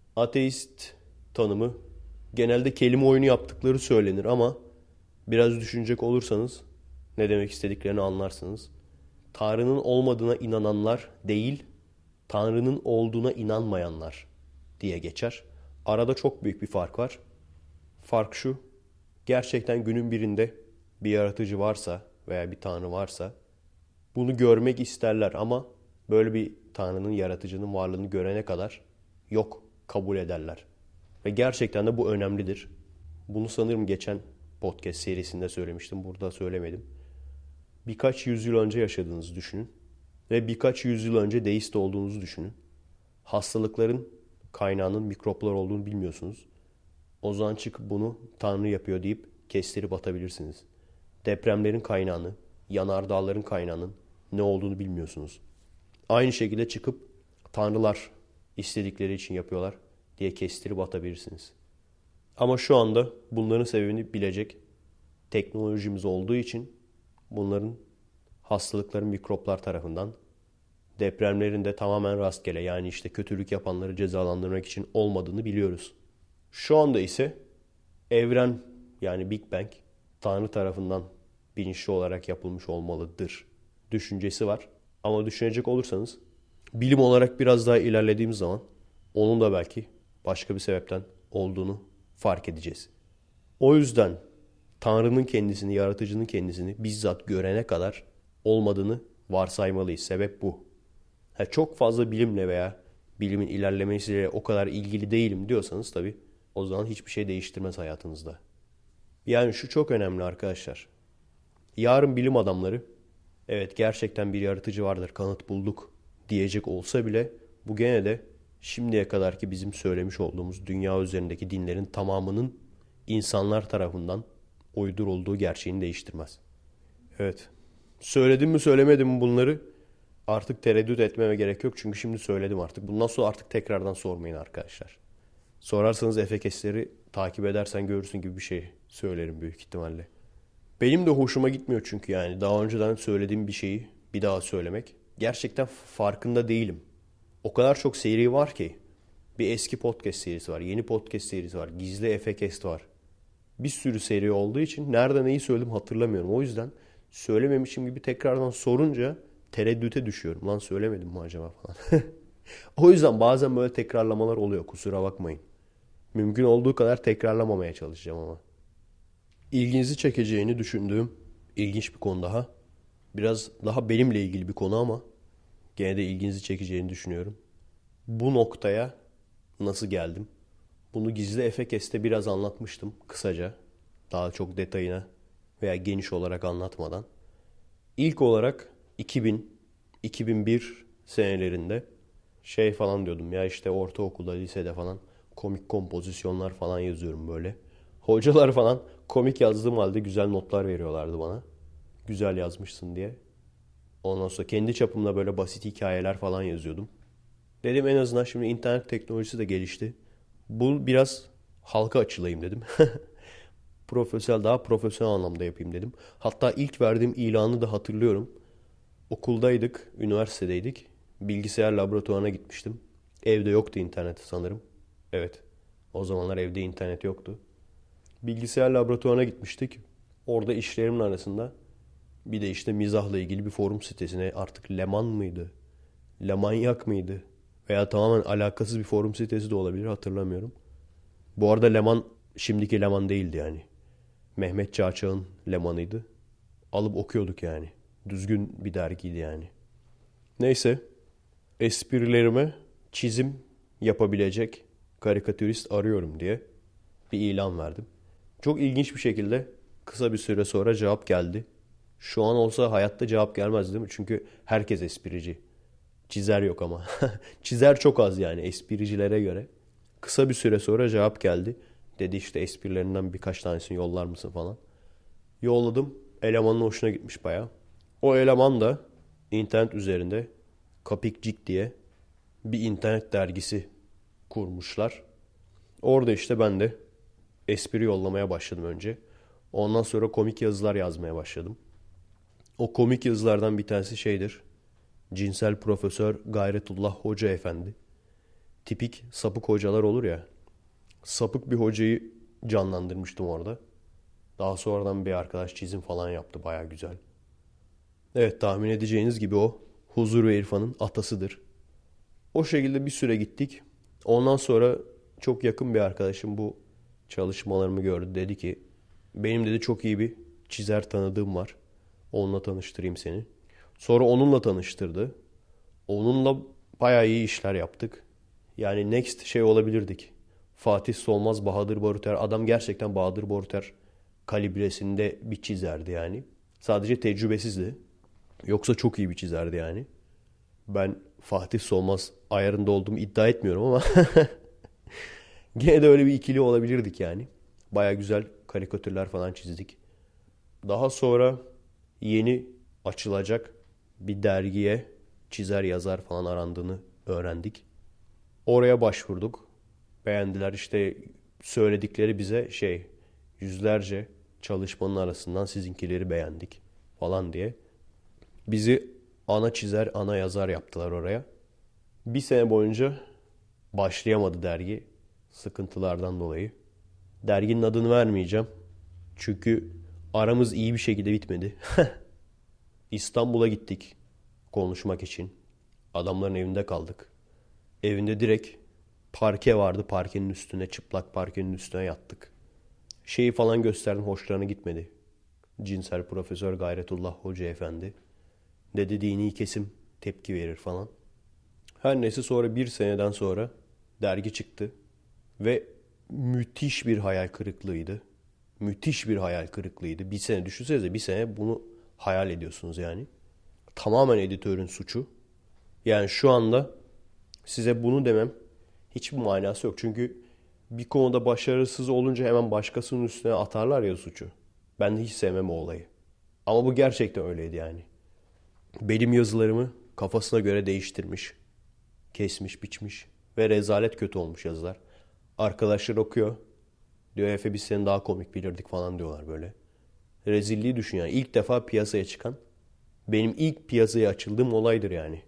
Ateist tanımı genelde kelime oyunu yaptıkları söylenir ama biraz düşünecek olursanız ne demek istediklerini anlarsınız. Tanrı'nın olmadığına inananlar değil, Tanrı'nın olduğuna inanmayanlar diye geçer. Arada çok büyük bir fark var. Fark şu, gerçekten günün birinde bir yaratıcı varsa veya bir tanrı varsa bunu görmek isterler ama böyle bir tanrının, yaratıcının varlığını görene kadar yok kabul ederler. Ve gerçekten de bu önemlidir. Bunu sanırım geçen podcast serisinde söylemiştim, burada söylemedim. Birkaç yüzyıl önce yaşadığınızı düşünün ve birkaç yüzyıl önce deist olduğunuzu düşünün. Hastalıkların kaynağının mikroplar olduğunu bilmiyorsunuz. O zaman çıkıp bunu Tanrı yapıyor deyip kestirip atabilirsiniz. Depremlerin kaynağını, yanardağların kaynağının ne olduğunu bilmiyorsunuz. Aynı şekilde çıkıp tanrılar istedikleri için yapıyorlar diye kestirip atabilirsiniz. Ama şu anda bunların sebebini bilecek teknolojimiz olduğu için bunların hastalıkların mikroplar tarafından, depremlerin de tamamen rastgele yani işte kötülük yapanları cezalandırmak için olmadığını biliyoruz. Şu anda ise evren yani Big Bang Tanrı tarafından bilinçli olarak yapılmış olmalıdır düşüncesi var. Ama düşünecek olursanız bilim olarak biraz daha ilerlediğimiz zaman onun da belki başka bir sebepten olduğunu fark edeceğiz. O yüzden Tanrı'nın kendisini, yaratıcının kendisini bizzat görene kadar olmadığını varsaymalıyız. Sebep bu. Çok fazla bilimle veya bilimin ilerlemesiyle o kadar ilgili değilim diyorsanız tabii o zaman hiçbir şey değiştirmez hayatınızda. Yani şu çok önemli arkadaşlar. Yarın bilim adamları evet gerçekten bir yaratıcı vardır, kanıt bulduk diyecek olsa bile bu gene de şimdiye kadarki bizim söylemiş olduğumuz dünya üzerindeki dinlerin tamamının insanlar tarafından uydurulduğu gerçeğini değiştirmez. Evet. Söyledim mi söylemedim mi bunları artık tereddüt etmeme gerek yok. Çünkü şimdi söyledim artık. Bundan sonra artık tekrardan sormayın arkadaşlar. Sorarsanız Efekesleri takip edersen görürsün gibi bir şey söylerim büyük ihtimalle. Benim de hoşuma gitmiyor çünkü yani daha önceden söylediğim bir şeyi bir daha söylemek. Gerçekten farkında değilim. O kadar çok seri var ki. Bir eski podcast serisi var, yeni podcast serisi var, gizli Efekest var. Bir sürü seri olduğu için nerede neyi söyledim hatırlamıyorum. O yüzden söylememişim gibi tekrardan sorunca tereddüte düşüyorum. Lan söylemedim mi acaba falan. O yüzden bazen böyle tekrarlamalar oluyor. Kusura bakmayın. Mümkün olduğu kadar tekrarlamamaya çalışacağım ama. İlginizi çekeceğini düşündüğüm ilginç bir konu daha. Biraz daha benimle ilgili bir konu ama gene de ilginizi çekeceğini düşünüyorum. Bu noktaya nasıl geldim? Bunu gizli Efekest'te biraz anlatmıştım kısaca. Daha çok detayına veya geniş olarak anlatmadan. İlk olarak 2000-2001 senelerinde şey falan diyordum ya işte ortaokulda, lisede falan komik kompozisyonlar falan yazıyorum böyle. Hocalar falan komik yazdığım halde güzel notlar veriyorlardı bana. Güzel yazmışsın diye. Ondan sonra kendi çapımda böyle basit hikayeler falan yazıyordum. Dedim en azından şimdi internet teknolojisi de gelişti. Bu biraz halka açılayım dedim. Daha profesyonel anlamda yapayım dedim. Hatta ilk verdiğim ilanı da hatırlıyorum. Okuldaydık, üniversitedeydik. Bilgisayar laboratuvarına gitmiştim. Evde yoktu internet sanırım. Evet, o zamanlar evde internet yoktu. Bilgisayar laboratuvarına gitmiştik. Orada işlerimin arasında bir de işte mizahla ilgili bir forum sitesine, artık Leman mıydı? Lemanyak mıydı? Veya tamamen alakasız bir forum sitesi de olabilir, hatırlamıyorum. Bu arada Leman şimdiki Leman değildi yani. Mehmet Çağçağ'ın Leman'ıydı. Alıp okuyorduk yani. Düzgün bir dergiydi yani. Neyse, esprilerime çizim yapabilecek karikatürist arıyorum diye bir ilan verdim. Çok ilginç bir şekilde kısa bir süre sonra cevap geldi. Şu an olsa hayatta cevap gelmez değil mi? Çünkü herkes esprici. Çizer yok ama. Çizer çok az yani espricilere göre. Kısa bir süre sonra cevap geldi. Dedi işte esprilerinden birkaç tanesini yollar mısın falan. Yolladım. Elemanın hoşuna gitmiş bayağı. O eleman da internet üzerinde Kapikcik diye bir internet dergisi kurmuşlar. Orada işte ben de espri yollamaya başladım önce. Ondan sonra komik yazılar yazmaya başladım. O komik yazılardan bir tanesi şeydir. Cinsel Profesör Gayretullah Hoca Efendi. Tipik sapık hocalar olur ya. Sapık bir hocayı canlandırmıştım orada. Daha sonradan bir arkadaş çizim falan yaptı, baya güzel. Evet, tahmin edeceğiniz gibi o huzur ve irfanın atasıdır. O şekilde bir süre gittik. Ondan sonra çok yakın bir arkadaşım bu çalışmalarımı gördü. Dedi ki benim dedi çok iyi bir çizer tanıdığım var. Onunla tanıştırayım seni. Sonra onunla tanıştırdı. Onunla bayağı iyi işler yaptık. Yani next şey olabilirdik. Fatih Solmaz, Bahadır Baruter. Adam gerçekten Bahadır Baruter kalibresinde bir çizerdi yani. Sadece tecrübesizdi. Yoksa çok iyi bir çizerdi yani. Ben Fatih Solmaz ayarında olduğumu iddia etmiyorum ama gene de öyle bir ikili olabilirdik yani. Baya güzel karikatürler falan çizdik. Daha sonra yeni açılacak bir dergiye çizer yazar falan arandığını öğrendik. Oraya başvurduk. Beğendiler işte, söyledikleri bize yüzlerce çalışmanın arasından sizinkileri beğendik falan diye. Bizi ana çizer, ana yazar yaptılar oraya. Bir sene boyunca başlayamadı dergi sıkıntılardan dolayı. Derginin adını vermeyeceğim. Çünkü aramız iyi bir şekilde bitmedi. İstanbul'a gittik konuşmak için. Adamların evinde kaldık. Evinde direkt parke vardı. Parkenin üstüne, çıplak parkenin üstüne yattık. Şeyi falan gösterdim, hoşlarına gitmedi. Cinsel Profesör Gayretullah Hoca Efendi. Dedi dini kesim tepki verir falan. Her neyse, sonra bir seneden sonra dergi çıktı. Ve müthiş bir hayal kırıklığıydı. Müthiş bir hayal kırıklığıydı. Bir sene düşünsenize, bir sene bunu hayal ediyorsunuz yani. Tamamen editörün suçu. Yani şu anda size bunu demem hiçbir manası yok. Çünkü bir konuda başarısız olunca hemen başkasının üstüne atarlar ya suçu. Ben de hiç sevmem o olayı. Ama bu gerçekten öyleydi yani. Benim yazılarımı kafasına göre değiştirmiş. Kesmiş, biçmiş. Ve rezalet kötü olmuş yazılar. Arkadaşlar okuyor. Diyor Efe biz seni daha komik bilirdik falan diyorlar böyle. Rezilliği düşün yani. İlk defa piyasaya çıkan, benim ilk piyasaya açıldığım olaydır yani.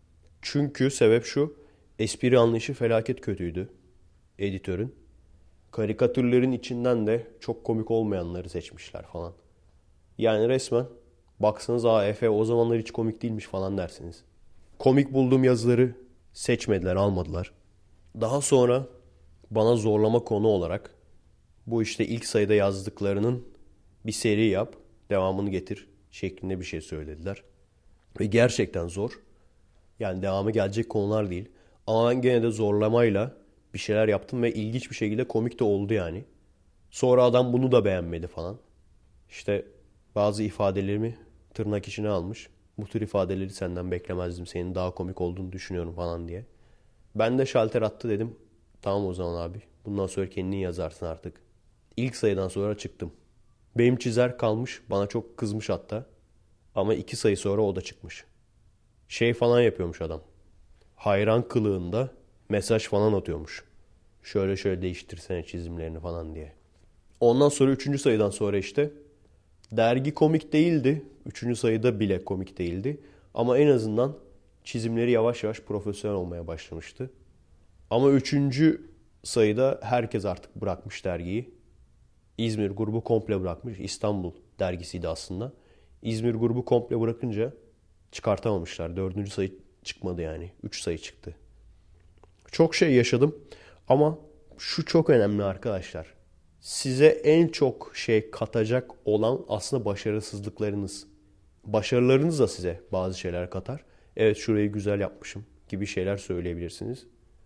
Çünkü sebep şu. Espri anlayışı felaket kötüydü editörün. Karikatürlerin içinden de çok komik olmayanları seçmişler falan. Yani resmen baksanız Efe o zamanlar hiç komik değilmiş falan dersiniz. Komik bulduğum yazıları seçmediler, almadılar. Daha sonra bana zorlama konu olarak bu işte ilk sayıda yazdıklarının bir seri yap, devamını getir şeklinde bir şey söylediler. Ve gerçekten zor. Yani devamı gelecek konular değil. Ama ben gene de zorlamayla bir şeyler yaptım ve ilginç bir şekilde komik de oldu yani. Sonra adam bunu da beğenmedi falan. İşte bazı ifadelerimi tırnak içine almış. Bu tür ifadeleri senden beklemezdim. Senin daha komik olduğunu düşünüyorum falan diye. Ben de şalter attı, dedim. Tamam o zaman abi. Bundan sonra kendin yazarsın artık. İlk sayıdan sonra çıktım. Benim çizer kalmış. Bana çok kızmış hatta. Ama 2 sayı sonra o da çıkmış. Şey falan yapıyormuş adam. Hayran kılığında mesaj falan atıyormuş. Şöyle şöyle değiştirsene çizimlerini falan diye. Ondan sonra 3. sayıdan sonra işte dergi komik değildi. 3. sayıda bile komik değildi. Ama en azından çizimleri yavaş yavaş profesyonel olmaya başlamıştı. Ama 3. sayıda herkes artık bırakmış dergiyi. İzmir grubu komple bırakmış. İstanbul dergisiydi aslında. İzmir grubu komple bırakınca çıkartamamışlar. Dördüncü sayı çıkmadı yani. 3 sayı çıktı. Çok şey yaşadım ama şu çok önemli arkadaşlar. Size en çok şey katacak olan aslında başarısızlıklarınız. Başarılarınız da size bazı şeyler katar. Evet, şurayı güzel yapmışım gibi şeyler söyleyebilirsiniz.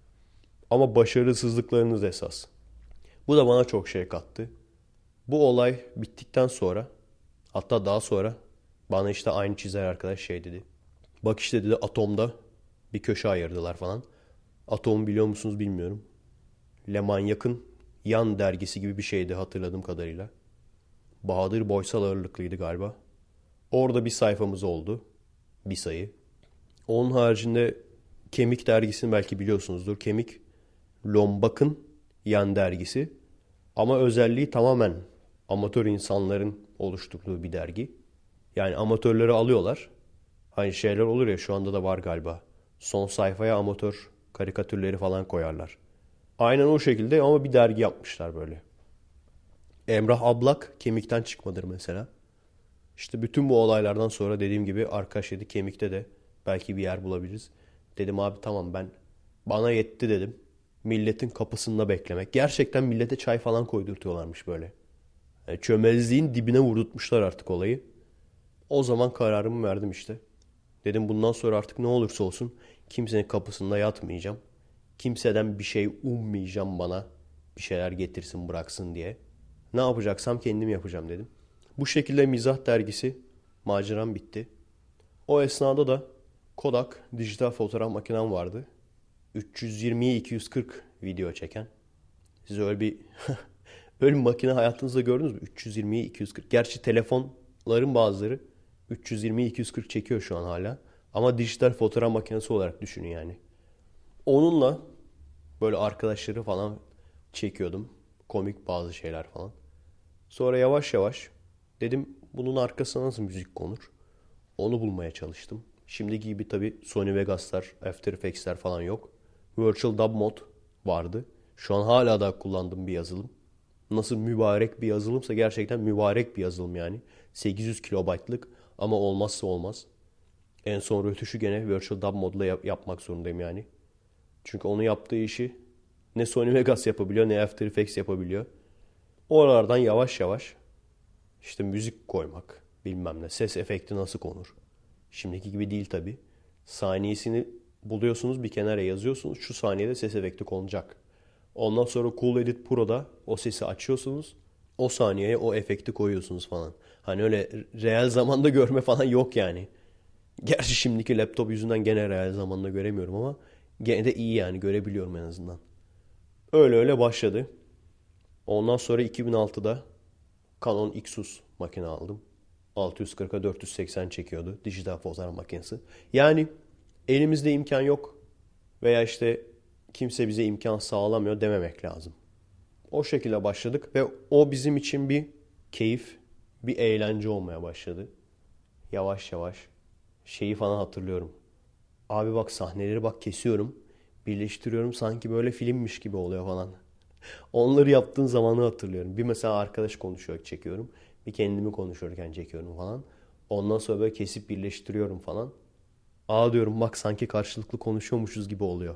Ama başarısızlıklarınız esas. Bu da bana çok şey kattı. Bu olay bittikten sonra, hatta daha sonra bana işte aynı çizer arkadaş şey dedi. Bak işte dedi, Atom'da bir köşe ayırdılar falan. Atom'u biliyor musunuz bilmiyorum. Le Manyak'ın yan dergisi gibi bir şeydi hatırladığım kadarıyla. Bahadır Boysal ağırlıklıydı galiba. Orada bir sayfamız oldu. Bir sayı. Onun haricinde Kemik dergisini belki biliyorsunuzdur. Kemik Lombak'ın yan dergisi. Ama özelliği tamamen amatör insanların oluşturduğu bir dergi. Yani amatörleri alıyorlar. Hani şeyler olur ya, şu anda da var galiba. Son sayfaya amatör karikatürleri falan koyarlar. Aynen o şekilde ama bir dergi yapmışlar böyle. Emrah Ablak Kemik'ten çıkmadır mesela. İşte bütün bu olaylardan sonra dediğim gibi arkadaş dedi, Kemik'te de belki bir yer bulabiliriz. Dedim abi tamam, bana yetti dedim. Milletin kapısında beklemek. Gerçekten millete çay falan koydurtuyorlarmış böyle. Yani çömezliğin dibine vurdurtmuşlar artık olayı. O zaman kararımı verdim işte. Dedim bundan sonra artık ne olursa olsun kimsenin kapısında yatmayacağım. Kimseden bir şey ummayacağım bana. Bir şeyler getirsin bıraksın diye. Ne yapacaksam kendim yapacağım dedim. Bu şekilde Mizah dergisi maceram bitti. O esnada da Kodak dijital fotoğraf makinem vardı. 320'ye 240 video çeken. Siz öyle bir öyle bir makine hayatınızda gördünüz mü? 320'ye 240. Gerçi telefonların bazıları 320'ye 240 çekiyor şu an hala. Ama dijital fotoğraf makinesi olarak düşünün yani. Onunla böyle arkadaşları falan çekiyordum. Komik bazı şeyler falan. Sonra yavaş yavaş dedim bunun arkasına nasıl müzik konur? Onu bulmaya çalıştım. Şimdiki gibi tabii Sony Vegas'lar, After Effects'ler falan yok. Virtual Dub Mod vardı. Şu an hala da kullandığım bir yazılım. Nasıl mübarek bir yazılımsa gerçekten mübarek bir yazılım yani. 800 kilobaytlık ama olmazsa olmaz. En son rötuşu gene Virtual Dub Mod'la yapmak zorundayım yani. Çünkü onun yaptığı işi ne Sony Vegas yapabiliyor ne After Effects yapabiliyor. Oralardan yavaş yavaş işte müzik koymak, bilmem ne, ses efekti nasıl konur. Şimdiki gibi değil tabii. Saniyesini buluyorsunuz, bir kenara yazıyorsunuz. Şu saniyede ses efekti konacak. Ondan sonra Cool Edit Pro'da o sesi açıyorsunuz. O saniyeye o efekti koyuyorsunuz falan. Hani öyle reel zamanda görme falan yok yani. Gerçi şimdiki laptop yüzünden gene reel zamanda göremiyorum ama gene de iyi yani, görebiliyorum en azından. Öyle öyle başladı. Ondan sonra 2006'da Canon Xus makine aldım. 640'a 480 çekiyordu dijital fotoğraf makinesi. Yani elimizde imkan yok veya işte kimse bize imkan sağlamıyor dememek lazım. O şekilde başladık ve o bizim için bir keyif, bir eğlence olmaya başladı. Yavaş yavaş şeyi falan hatırlıyorum. Abi bak sahneleri bak kesiyorum, birleştiriyorum, sanki böyle filmmiş gibi oluyor falan. Onları yaptığın zamanı hatırlıyorum. Bir mesela arkadaş konuşuyor çekiyorum. Bir kendimi konuşurken çekiyorum falan. Ondan sonra böyle kesip birleştiriyorum falan. Aa diyorum bak sanki karşılıklı konuşuyormuşuz gibi oluyor.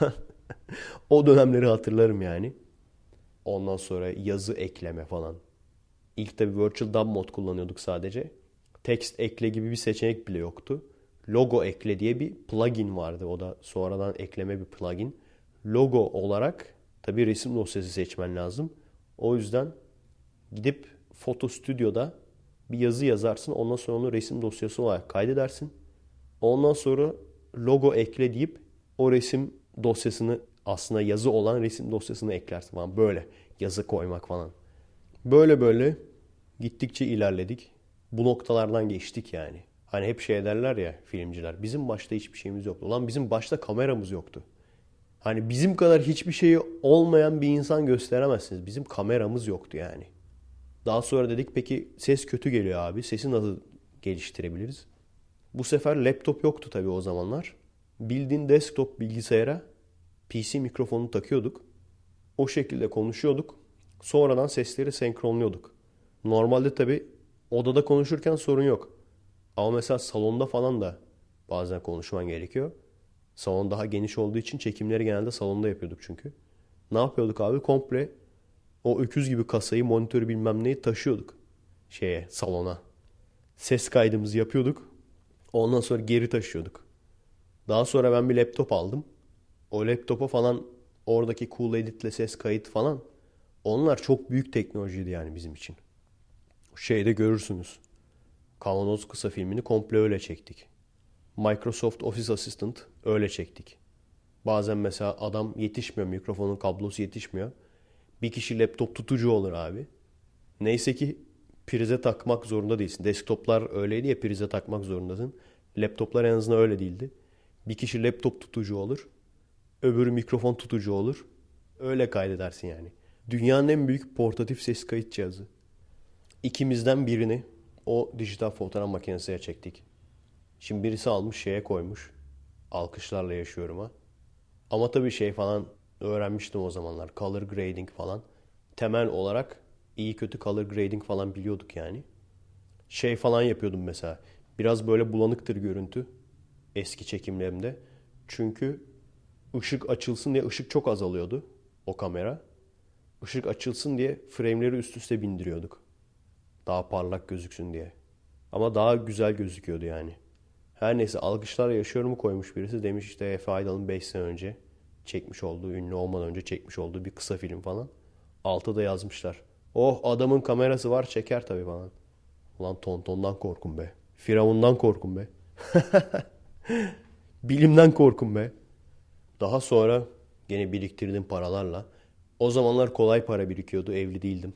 O dönemleri hatırlarım yani. Ondan sonra yazı ekleme falan. İlk tabii Virtual Dub Mod kullanıyorduk sadece. Text ekle gibi bir seçenek bile yoktu. Logo ekle diye bir plugin vardı. O da sonradan ekleme bir plugin. Logo olarak tabii resim dosyası seçmen lazım. O yüzden gidip Foto Stüdyo'da bir yazı yazarsın. Ondan sonra onu resim dosyası olarak kaydedersin. Ondan sonra logo ekle deyip o resim dosyasını, aslında yazı olan resim dosyasını eklersin falan. Böyle yazı koymak falan. Böyle böyle gittikçe ilerledik. Bu noktalardan geçtik yani. Hani hep şey derler ya filmciler. Bizim başta hiçbir şeyimiz yoktu. Ulan bizim başta kameramız yoktu. Hani bizim kadar hiçbir şeyi olmayan bir insan gösteremezsiniz. Bizim kameramız yoktu yani. Daha sonra dedik peki ses kötü geliyor abi. Sesi nasıl geliştirebiliriz? Bu sefer laptop yoktu tabii o zamanlar. Bildiğin desktop bilgisayara PC mikrofonu takıyorduk. O şekilde konuşuyorduk. Sonradan sesleri senkronluyorduk. Normalde tabii odada konuşurken sorun yok. Ama mesela salonda falan da bazen konuşman gerekiyor. Salon daha geniş olduğu için çekimleri genelde salonda yapıyorduk çünkü. Ne yapıyorduk abi? Komple o öküz gibi kasayı, monitörü bilmem neyi taşıyorduk salona. Ses kaydımızı yapıyorduk. Ondan sonra geri taşıyorduk. Daha sonra ben bir laptop aldım. O laptopa falan oradaki Cool Edit'le ses kayıt falan. Onlar çok büyük teknolojiydi yani bizim için. Şeyde görürsünüz. Kavanoz kısa filmini komple öyle çektik. Microsoft Office Assistant öyle çektik. Bazen mesela adam yetişmiyor, mikrofonun kablosu yetişmiyor. Bir kişi laptop tutucu olur abi. Neyse ki prize takmak zorunda değilsin. Desktoplar öyleydi ya, prize takmak zorundasın. Laptoplar en azından öyle değildi. Bir kişi laptop tutucu olur. Öbürü mikrofon tutucu olur. Öyle kaydedersin yani. Dünyanın en büyük portatif ses kayıt cihazı. İkimizden birini o dijital fotoğraf makinesine çektik. Şimdi birisi almış koymuş. Alkışlarla yaşıyorum ha. Ama tabii falan öğrenmiştim o zamanlar. Color grading falan. Temel olarak iyi kötü color grading falan biliyorduk yani. Falan yapıyordum mesela. Biraz böyle bulanıktır görüntü. Eski çekimlerimde. Çünkü ışık açılsın diye ışık çok azalıyordu o kamera. Işık açılsın diye frame'leri üst üste bindiriyorduk. Daha parlak gözüksün diye. Ama daha güzel gözüküyordu yani. Her neyse, alkışlarla yaşıyorumu koymuş birisi. Demiş işte Efe Aydal'ın 5 sene önce çekmiş olduğu, ünlü olmadan önce çekmiş olduğu bir kısa film falan. Altta da yazmışlar. Oh, adamın kamerası var, çeker tabii falan. Ulan Tonton'dan korkun be. Firavun'dan korkun be. Bilimden korkun be. Daha sonra gene biriktirdiğim paralarla, o zamanlar kolay para birikiyordu, evli değildim.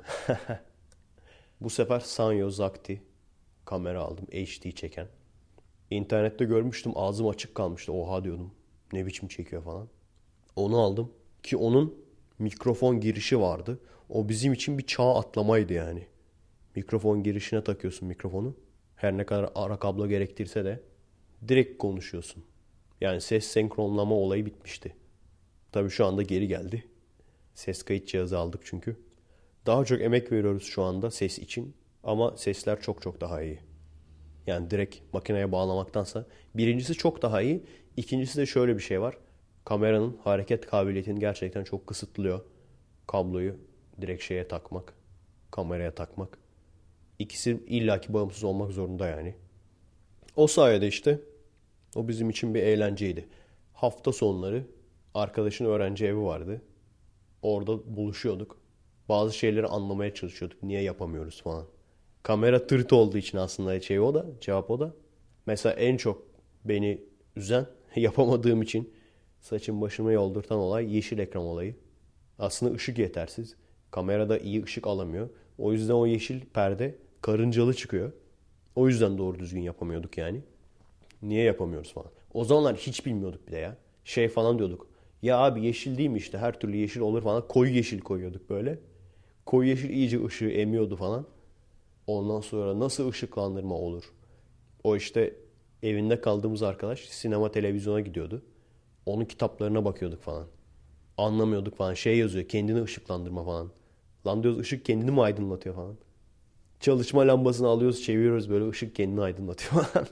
Bu sefer Sanyo Zakti kamera aldım, HD çeken. İnternette görmüştüm, ağzım açık kalmıştı. Oha diyordum, ne biçim çekiyor falan. Onu aldım ki onun mikrofon girişi vardı. O bizim için bir çağ atlamaydı yani. Mikrofon girişine takıyorsun mikrofonu. Her ne kadar ara kablo gerektirse de direkt konuşuyorsun. Yani ses senkronlama olayı bitmişti. Tabii şu anda geri geldi. Ses kayıt cihazı aldık çünkü. Daha çok emek veriyoruz şu anda ses için. Ama sesler çok çok daha iyi. Yani direkt makineye bağlamaktansa. Birincisi çok daha iyi. İkincisi de şöyle bir şey var. Kameranın hareket kabiliyetini gerçekten çok kısıtlıyor. Kabloyu direkt takmak. Kameraya takmak. İkisi illaki bağımsız olmak zorunda yani. O sayede işte o bizim için bir eğlenceydi. Hafta sonları arkadaşın öğrenci evi vardı. Orada buluşuyorduk. Bazı şeyleri anlamaya çalışıyorduk. Niye yapamıyoruz falan. Kamera tırt olduğu için aslında o da, cevap o da. Mesela en çok beni üzen, yapamadığım için saçım başımı yoldurtan olay yeşil ekran olayı. Aslında ışık yetersiz. Kamerada iyi ışık alamıyor. O yüzden o yeşil perde karıncalı çıkıyor. O yüzden doğru düzgün yapamıyorduk yani. Niye yapamıyoruz falan. O zamanlar hiç bilmiyorduk bile ya. Falan diyorduk. Ya abi yeşil değil mi işte, her türlü yeşil olur falan. Koyu yeşil koyuyorduk böyle. Koyu yeşil iyice ışığı emiyordu falan. Ondan sonra nasıl ışıklandırma olur? O işte evinde kaldığımız arkadaş sinema televizyona gidiyordu. Onun kitaplarına bakıyorduk falan. Anlamıyorduk falan. Yazıyor, kendini ışıklandırma falan. Lan diyoruz, ışık kendini mi aydınlatıyor falan. Çalışma lambasını alıyoruz, çeviriyoruz böyle, ışık kendini aydınlatıyor falan.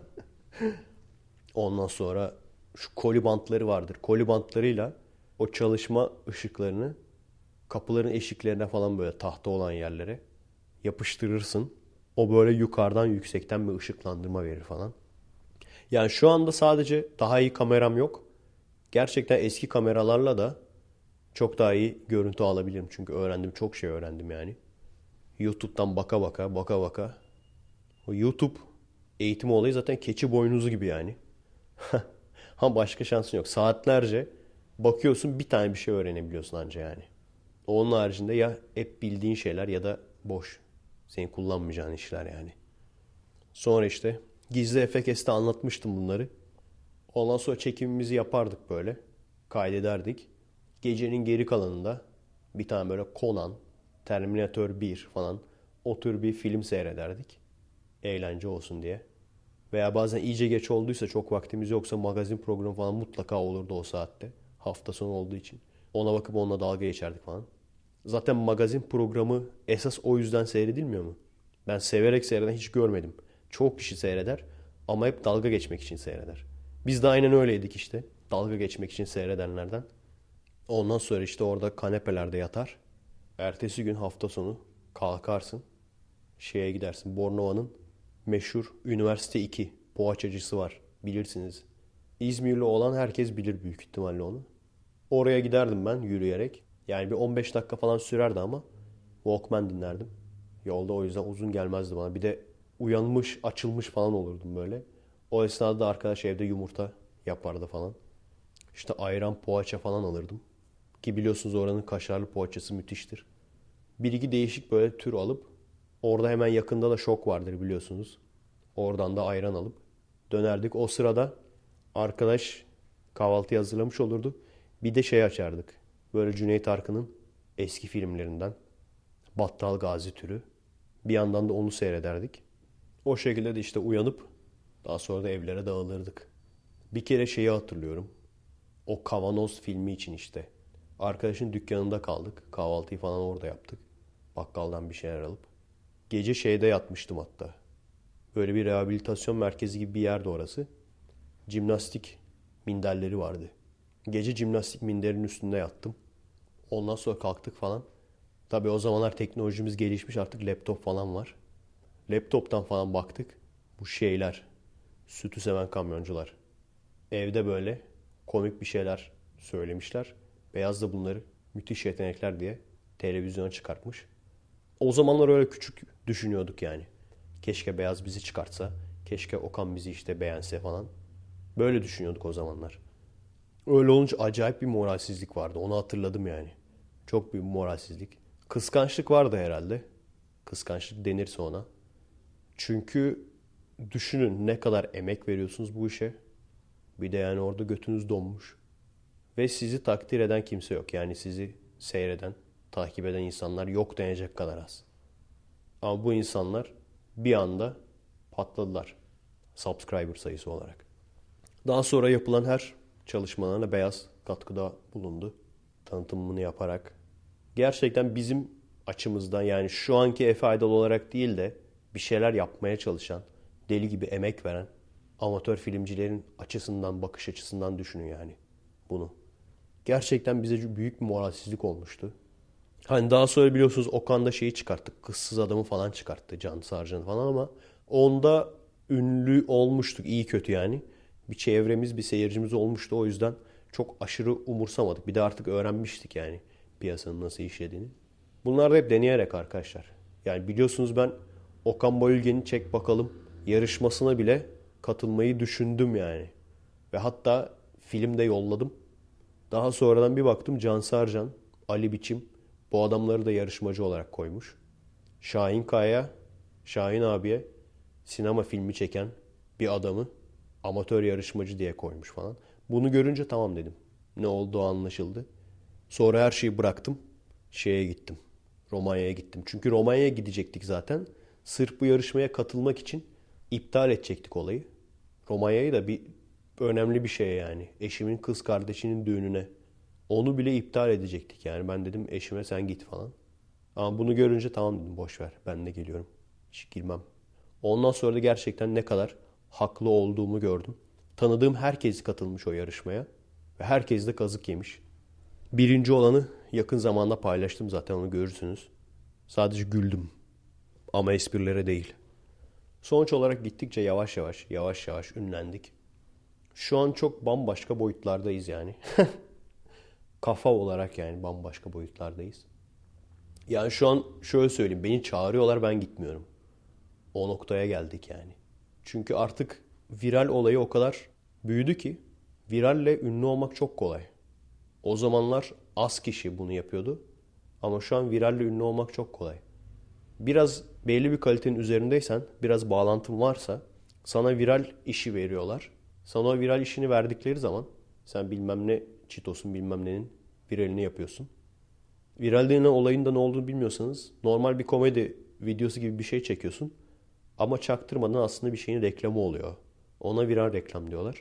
Ondan sonra şu koli bantları vardır. Koli bantlarıyla o çalışma ışıklarını kapıların eşiklerine falan, böyle tahta olan yerlere yapıştırırsın. O böyle yukarıdan, yüksekten bir ışıklandırma verir falan. Yani şu anda sadece daha iyi kameram yok. Gerçekten eski kameralarla da çok daha iyi görüntü alabilirim. Çünkü öğrendim, çok şey öğrendim yani. YouTube'dan baka baka. O YouTube eğitimi olayı zaten keçi boynuzu gibi yani. Ha, başka şansın yok. Saatlerce bakıyorsun, bir tane bir şey öğrenebiliyorsun anca yani. Onun haricinde ya hep bildiğin şeyler ya da boş. Senin kullanmayacağın işler yani. Sonra işte gizli Efekes'te anlatmıştım bunları. Ondan sonra çekimimizi yapardık böyle. Kaydederdik. Gecenin geri kalanında bir tane böyle Conan, Terminator 1 falan, o tür bir film seyrederdik. Eğlence olsun diye. Veya bazen iyice geç olduysa, çok vaktimiz yoksa, magazin programı falan mutlaka olurdu o saatte. Hafta sonu olduğu için. Ona bakıp onunla dalga geçerdik falan. Zaten magazin programı esas o yüzden seyredilmiyor mu? Ben severek seyreden hiç görmedim. Çok kişi seyreder ama hep dalga geçmek için seyreder. Biz de aynen öyleydik işte. Dalga geçmek için seyredenlerden. Ondan sonra işte orada kanepelerde yatar. Ertesi gün hafta sonu kalkarsın. Şeye gidersin. Bornova'nın meşhur Üniversite 2 poğaçacısı var. Bilirsiniz. İzmirli olan herkes bilir büyük ihtimalle onu. Oraya giderdim ben yürüyerek. Yani bir 15 dakika falan sürerdi ama Walkman dinlerdim. Yolda o yüzden uzun gelmezdi bana. Bir de uyanmış, açılmış falan olurdum böyle. O esnada da arkadaş evde yumurta yapardı falan. İşte ayran, poğaça falan alırdım. Ki biliyorsunuz oranın kaşarlı poğaçası müthiştir. Bir iki değişik böyle tür alıp orada hemen yakında da Şok vardır biliyorsunuz. Oradan da ayran alıp dönerdik. O sırada arkadaş kahvaltıyı hazırlamış olurdu. Bir de şey açardık. Böyle Cüneyt Arkın'ın eski filmlerinden. Battal Gazi türü. Bir yandan da onu seyrederdik. O şekilde de işte uyanıp daha sonra da evlere dağılırdık. Bir kere şeyi hatırlıyorum. O Kavanoz filmi için işte. Arkadaşın dükkanında kaldık. Kahvaltıyı falan orada yaptık. Bakkaldan bir şeyler alıp. Gece şeyde yatmıştım hatta. Böyle bir rehabilitasyon merkezi gibi bir yerde orası. Jimnastik minderleri vardı. Gece jimnastik minderinin üstünde yattım. Ondan sonra kalktık falan. Tabii o zamanlar teknolojimiz gelişmiş artık laptop falan var. Laptoptan falan baktık. Bu şeyler, sütü seven kamyoncular. Evde böyle komik bir şeyler söylemişler. Beyaz da bunları müthiş yetenekler diye televizyona çıkartmış. O zamanlar öyle küçük düşünüyorduk yani. Keşke Beyaz bizi çıkartsa. Keşke Okan bizi işte beğense falan. Böyle düşünüyorduk o zamanlar. Öyle olunca acayip bir moralsizlik vardı. Onu hatırladım yani. Çok büyük bir moralsizlik. Kıskançlık vardı herhalde. Kıskançlık denirse ona. Çünkü düşünün ne kadar emek veriyorsunuz bu işe. Bir de yani orada götünüz donmuş. Ve sizi takdir eden kimse yok. Yani sizi seyreden, takip eden insanlar yok denecek kadar az. Ama bu insanlar bir anda patladılar. Subscriber sayısı olarak. Daha sonra yapılan her çalışmalarına Beyaz katkıda bulundu. Tanıtımını yaparak. Gerçekten bizim açımızdan yani şu anki Efe Aydal olarak değil de bir şeyler yapmaya çalışan, deli gibi emek veren amatör filmcilerin açısından, bakış açısından düşünün yani bunu. Gerçekten bize büyük bir moralsizlik olmuştu. Hani daha sonra biliyorsunuz Okan'da şeyi çıkarttık. Kızsız Adam'ı falan çıkarttı. Can Sarcan falan ama onda ünlü olmuştuk iyi kötü yani. Bir çevremiz, bir seyircimiz olmuştu. O yüzden çok aşırı umursamadık. Bir de artık öğrenmiştik yani piyasanın nasıl işlediğini. Bunlar da hep deneyerek arkadaşlar. Yani biliyorsunuz ben Okan Bayülgen'in Çek Bakalım yarışmasına bile katılmayı düşündüm yani. Ve hatta filmde yolladım. Daha sonradan bir baktım Can Sarcan, Ali Biçim bu adamları da yarışmacı olarak koymuş. Şahin Kaya, Şahin abiye sinema filmi çeken bir adamı amatör yarışmacı diye koymuş falan. Bunu görünce tamam dedim. Ne olduğu anlaşıldı. Sonra her şeyi bıraktım. Şeye gittim. Romanya'ya gittim. Çünkü Romanya'ya gidecektik zaten. Sırf bu yarışmaya katılmak için iptal edecektik olayı. Romanya'yı da bir önemli bir şey yani. Eşimin kız kardeşinin düğününe. Onu bile iptal edecektik yani. Ben dedim eşime sen git falan. Ama bunu görünce tamam dedim boş ver. Ben de geliyorum. Hiç girmem. Ondan sonra da gerçekten ne kadar haklı olduğumu gördüm. Tanıdığım herkes katılmış o yarışmaya. Ve herkes de kazık yemiş. Birinci olanı yakın zamanda paylaştım zaten onu görürsünüz. Sadece güldüm. Ama esprilere değil. Sonuç olarak gittikçe yavaş yavaş ünlendik. Şu an çok bambaşka boyutlardayız yani. Kafa olarak yani bambaşka boyutlardayız. Yani şu an şöyle söyleyeyim. Beni çağırıyorlar ben gitmiyorum. O noktaya geldik yani. Çünkü artık viral olayı o kadar büyüdü ki viralle ünlü olmak çok kolay. O zamanlar az kişi bunu yapıyordu. Ama şu an viralle ünlü olmak çok kolay. Biraz belli bir kalitenin üzerindeysen, biraz bağlantın varsa sana viral işi veriyorlar. Sana o viral işini verdikleri zaman sen bilmem ne çitosun bilmem nenin viralini yapıyorsun. Viral denen olayın da ne olduğunu bilmiyorsanız normal bir komedi videosu gibi bir şey çekiyorsun. Ama çaktırmadan aslında bir şeyin reklamı oluyor. Ona viral reklam diyorlar.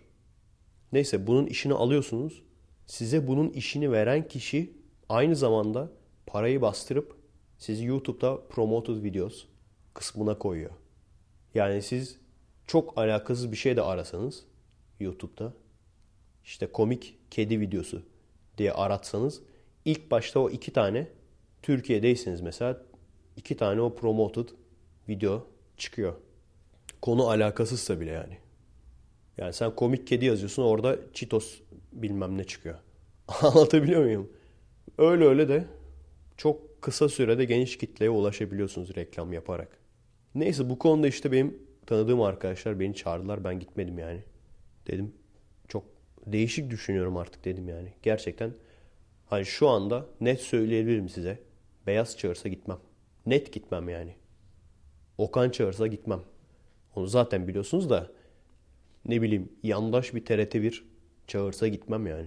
Neyse bunun işini alıyorsunuz. Size bunun işini veren kişi aynı zamanda parayı bastırıp sizi YouTube'da promoted videos kısmına koyuyor. Yani siz çok alakasız bir şey de arasanız YouTube'da işte komik kedi videosu diye aratsanız ilk başta o iki tane Türkiye'deyseniz mesela iki tane o promoted video çıkıyor. Konu alakasızsa bile yani. Yani sen komik kedi yazıyorsun orada Cheetos bilmem ne çıkıyor. Anlatabiliyor muyum? Öyle öyle de çok kısa sürede geniş kitleye ulaşabiliyorsunuz reklam yaparak. Neyse bu konuda işte benim tanıdığım arkadaşlar beni çağırdılar. Ben gitmedim yani. Dedim çok değişik düşünüyorum artık dedim yani. Gerçekten hani şu anda net söyleyebilirim size. Beyaz çağırsa gitmem. Net gitmem yani. Okan çağırsa gitmem. Onu zaten biliyorsunuz da ne bileyim yandaş bir TRT1 çağırsa gitmem yani.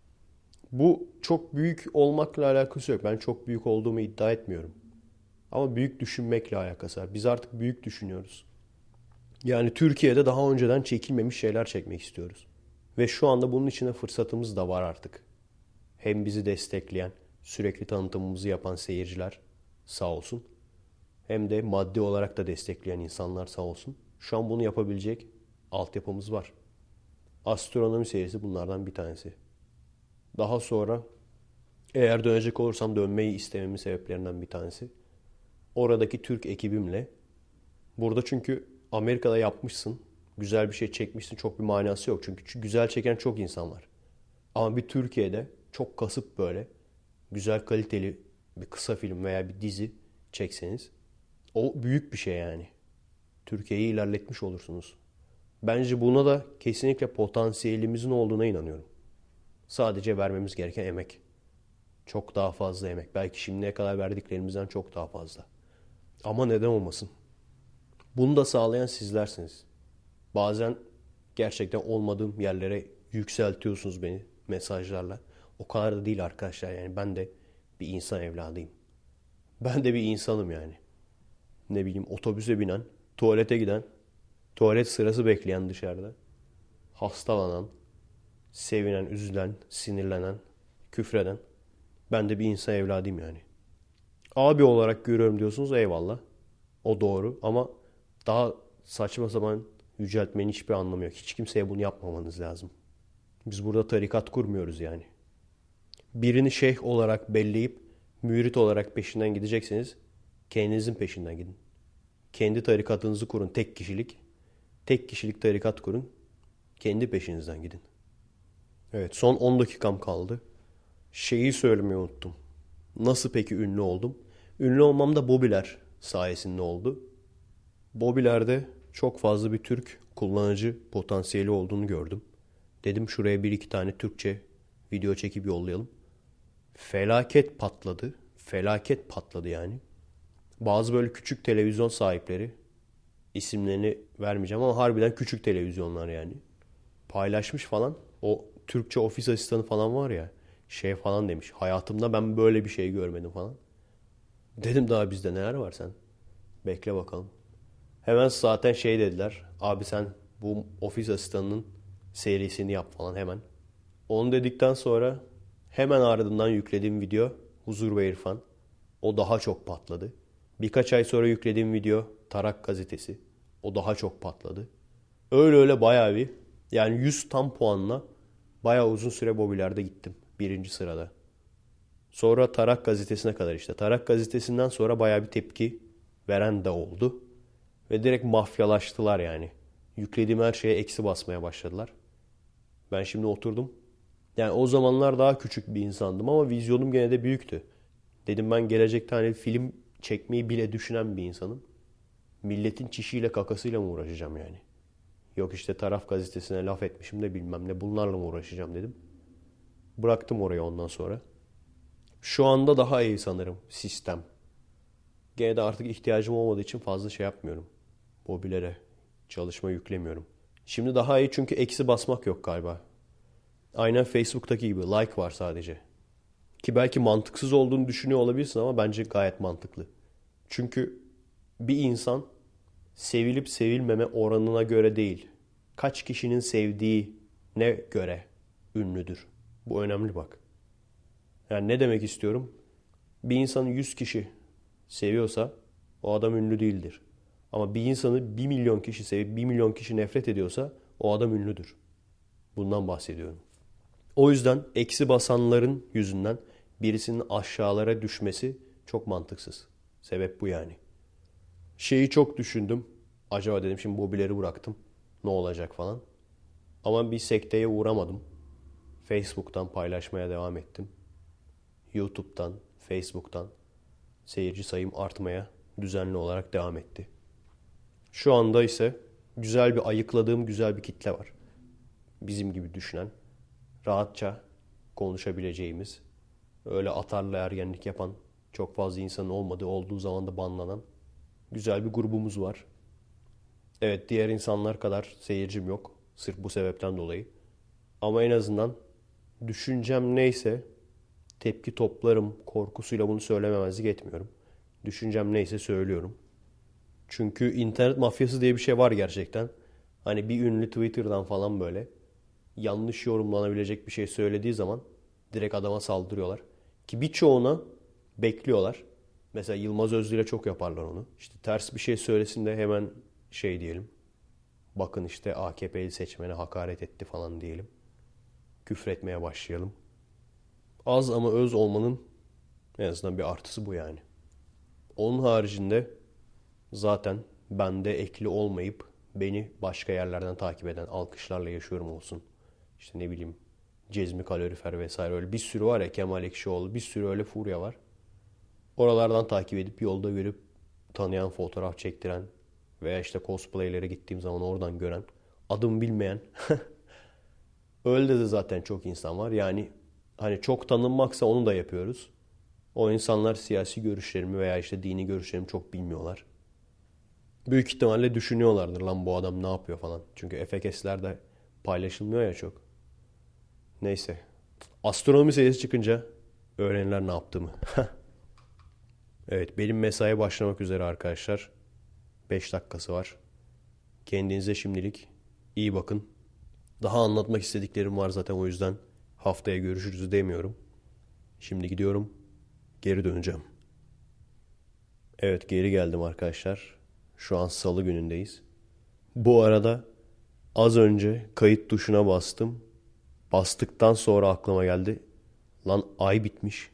Bu çok büyük olmakla alakası yok. Ben çok büyük olduğumu iddia etmiyorum. Ama büyük düşünmekle alakası var. Biz artık büyük düşünüyoruz. Yani Türkiye'de daha önceden çekilmemiş şeyler çekmek istiyoruz. Ve şu anda bunun içine fırsatımız da var artık. Hem bizi destekleyen, sürekli tanıtımımızı yapan seyirciler sağ olsun. Hem de maddi olarak da destekleyen insanlar sağ olsun. Şu an bunu yapabilecek altyapımız var. Astronomi serisi bunlardan bir tanesi. Daha sonra eğer dönecek olursam dönmeyi istememin sebeplerinden bir tanesi. Oradaki Türk ekibimle. Burada çünkü Amerika'da yapmışsın. Güzel bir şey çekmişsin. Çok bir manası yok. Çünkü güzel çeken çok insan var. Ama bir Türkiye'de çok kasıp böyle güzel kaliteli bir kısa film veya bir dizi çekseniz o büyük bir şey yani. Türkiye'yi ilerletmiş olursunuz. Bence buna da kesinlikle potansiyelimizin olduğuna inanıyorum. Sadece vermemiz gereken emek. Çok daha fazla emek. Belki şimdiye kadar verdiklerimizden çok daha fazla. Ama neden olmasın? Bunu da sağlayan sizlersiniz. Bazen gerçekten olmadığım yerlere yükseltiyorsunuz beni mesajlarla. O kadar da değil arkadaşlar yani ben de bir insan evladıyım. Ben de bir insanım yani. Ne bileyim otobüse binen, tuvalete giden, tuvalet sırası bekleyen dışarıda, hastalanan, sevinen, üzülen, sinirlenen, küfreden. Ben de bir insan evladıyım yani. Abi olarak görüyorum diyorsunuz eyvallah. O doğru ama daha saçma sapan yüceltmenin hiçbir anlamı yok. Hiç kimseye bunu yapmamanız lazım. Biz burada tarikat kurmuyoruz yani. Birini şeyh olarak belleyip mürit olarak peşinden gidecekseniz kendinizin peşinden gidin. Kendi tarikatınızı kurun tek kişilik. Tek kişilik tarikat kurun. Kendi peşinizden gidin. Evet son 10 dakikam kaldı. Şeyi söylemeyi unuttum. Nasıl peki ünlü oldum? Ünlü olmam da Bobiler sayesinde oldu. Bobiler'de çok fazla bir Türk kullanıcı potansiyeli olduğunu gördüm. Dedim şuraya bir iki tane Türkçe video çekip yollayalım. Felaket patladı. Felaket patladı yani. Bazı böyle küçük televizyon sahipleri isimlerini vermeyeceğim ama harbiden küçük televizyonlar yani. Paylaşmış falan. O Türkçe ofis asistanı falan var ya şey falan demiş. Hayatımda ben böyle bir şey görmedim falan. Dedim daha bizde neler var sen? Bekle bakalım. Hemen zaten şey dediler. Abi sen bu ofis asistanının serisini yap falan hemen. Onu dedikten sonra hemen ardından yüklediğim video Huzur ve İrfan. O daha çok patladı. Birkaç ay sonra yüklediğim video Tarak gazetesi. O daha çok patladı. Öyle öyle bayağı bir yani 100 tam puanla bayağı uzun süre Bobiler'de gittim. Birinci sırada. Sonra Tarak gazetesine kadar işte. Tarak gazetesinden sonra bayağı bir tepki veren de oldu. Ve direkt mafyalaştılar yani. Yüklediğim her şeye eksi basmaya başladılar. Ben şimdi oturdum. Yani o zamanlar daha küçük bir insandım ama vizyonum gene de büyüktü. Dedim ben gelecekte hani film çekmeyi bile düşünen bir insanım. Milletin çişiyle kakasıyla mı uğraşacağım yani? Yok işte Taraf gazetesine laf etmişim de bilmem ne bunlarla mı uğraşacağım dedim. Bıraktım orayı ondan sonra. Şu anda daha iyi sanırım sistem. Gene de artık ihtiyacım olmadığı için fazla şey yapmıyorum. Mobilere çalışma yüklemiyorum. Şimdi daha iyi çünkü eksi basmak yok galiba. Aynen Facebook'taki gibi like var sadece. Ki belki mantıksız olduğunu düşünüyor olabilirsin ama bence gayet mantıklı. Çünkü bir insan sevilip sevilmeme oranına göre değil, kaç kişinin sevdiğine göre ünlüdür. Bu önemli bak. Yani ne demek istiyorum? Bir insanı 100 kişi seviyorsa o adam ünlü değildir. Ama bir insanı 1 milyon kişi sevip 1 milyon kişi nefret ediyorsa o adam ünlüdür. Bundan bahsediyorum. O yüzden eksi basanların yüzünden birisinin aşağılara düşmesi çok mantıksız. Sebep bu yani. Şeyi çok düşündüm. Acaba dedim şimdi mobileri bıraktım. Ne olacak falan. Ama bir sekteye uğramadım. Facebook'tan paylaşmaya devam ettim. YouTube'dan, Facebook'tan seyirci sayım artmaya düzenli olarak devam etti. Şu anda ise güzel bir ayıkladığım güzel bir kitle var. Bizim gibi düşünen, rahatça konuşabileceğimiz, öyle atarlı ergenlik yapan çok fazla insanın olmadığı, olduğu zaman da banlanan güzel bir grubumuz var. Evet, diğer insanlar kadar seyircim yok. Sırf bu sebepten dolayı. Ama en azından düşüncem neyse tepki toplarım korkusuyla bunu söylememezlik etmiyorum. Düşüncem neyse söylüyorum. Çünkü internet mafyası diye bir şey var gerçekten. Hani bir ünlü Twitter'dan falan böyle yanlış yorumlanabilecek bir şey söylediği zaman direkt adama saldırıyorlar. Ki birçoğuna bekliyorlar. Mesela Yılmaz Özdil'e çok yaparlar onu. İşte ters bir şey söylesin de hemen şey diyelim. Bakın işte AKP'li seçmene hakaret etti falan diyelim. Küfretmeye başlayalım. Az ama öz olmanın en azından bir artısı bu yani. Onun haricinde zaten bende ekli olmayıp beni başka yerlerden takip eden alkışlarla yaşıyorum olsun. İşte ne bileyim Cezmi Kalorifer vesaire öyle bir sürü var ya, Kemal Ekşioğlu, bir sürü öyle furya var. Oralardan takip edip yolda görüp tanıyan, fotoğraf çektiren veya işte cosplaylere gittiğim zaman oradan gören, adımı bilmeyen öyle de zaten çok insan var. Yani hani çok tanınmaksa onu da yapıyoruz. O insanlar siyasi görüşlerimi veya işte dini görüşlerimi çok bilmiyorlar. Büyük ihtimalle düşünüyorlardır lan bu adam ne yapıyor falan. Çünkü FKS'lerde paylaşılmıyor ya çok. Neyse. Astronomi serisi çıkınca öğrenirler ne yaptığımı. Evet, benim mesai başlamak üzere arkadaşlar. 5 dakikası var. Kendinize şimdilik iyi bakın. Daha anlatmak istediklerim var zaten, o yüzden haftaya görüşürüz demiyorum. Şimdi gidiyorum. Geri döneceğim. Evet, geri geldim arkadaşlar. Şu an salı günündeyiz. Bu arada az önce kayıt tuşuna bastım. Bastıktan sonra aklıma geldi. Lan ay bitmiş.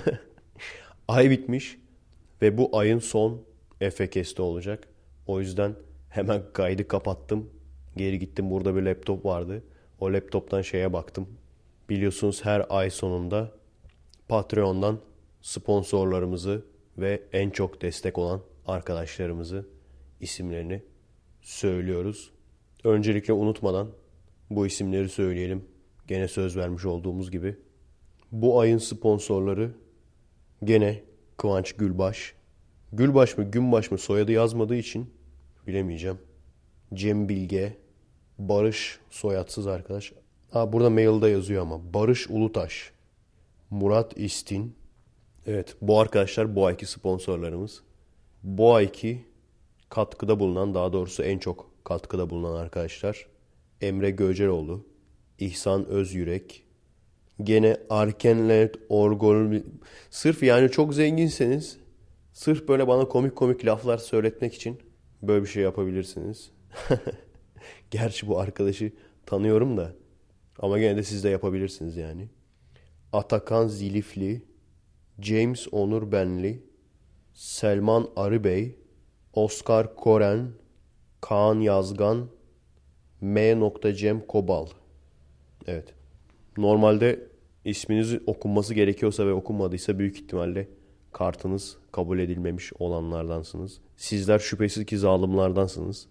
Ay bitmiş. Ve bu ayın son FKS'te olacak. O yüzden hemen kaydı kapattım. Geri gittim, burada bir laptop vardı. O laptoptan şeye baktım. Biliyorsunuz her ay sonunda Patreon'dan sponsorlarımızı ve en çok destek olan arkadaşlarımızı isimlerini söylüyoruz. Öncelikle unutmadan bu isimleri söyleyelim. Gene söz vermiş olduğumuz gibi. Bu ayın sponsorları gene Kıvanç Gülbaş. Gülbaş mı Günbaş mı soyadı yazmadığı için bilemeyeceğim. Cem Bilge, Barış soyadsız arkadaş. Burada mailde yazıyor ama. Barış Ulutaş, Murat İstin. Evet, bu arkadaşlar bu ayki sponsorlarımız. Bu ayki katkıda bulunan, daha doğrusu en çok katkıda bulunan arkadaşlar: Emre Göceroğlu, İhsan Özyürek, gene Arkenlet, Orgol. Sırf yani çok zenginseniz, sırf böyle bana komik komik laflar söyletmek için böyle bir şey yapabilirsiniz. Gerçi bu arkadaşı tanıyorum da, ama gene de siz de yapabilirsiniz yani. Atakan Zilifli, James Onur Benli, Selman Arıbey, Oscar Koren, Kaan Yazgan, M. Cem Kobal. Evet. Normalde isminiz okunması gerekiyorsa ve okunmadıysa büyük ihtimalle kartınız kabul edilmemiş olanlardansınız. Sizler şüphesiz ki zalimlerdansınız.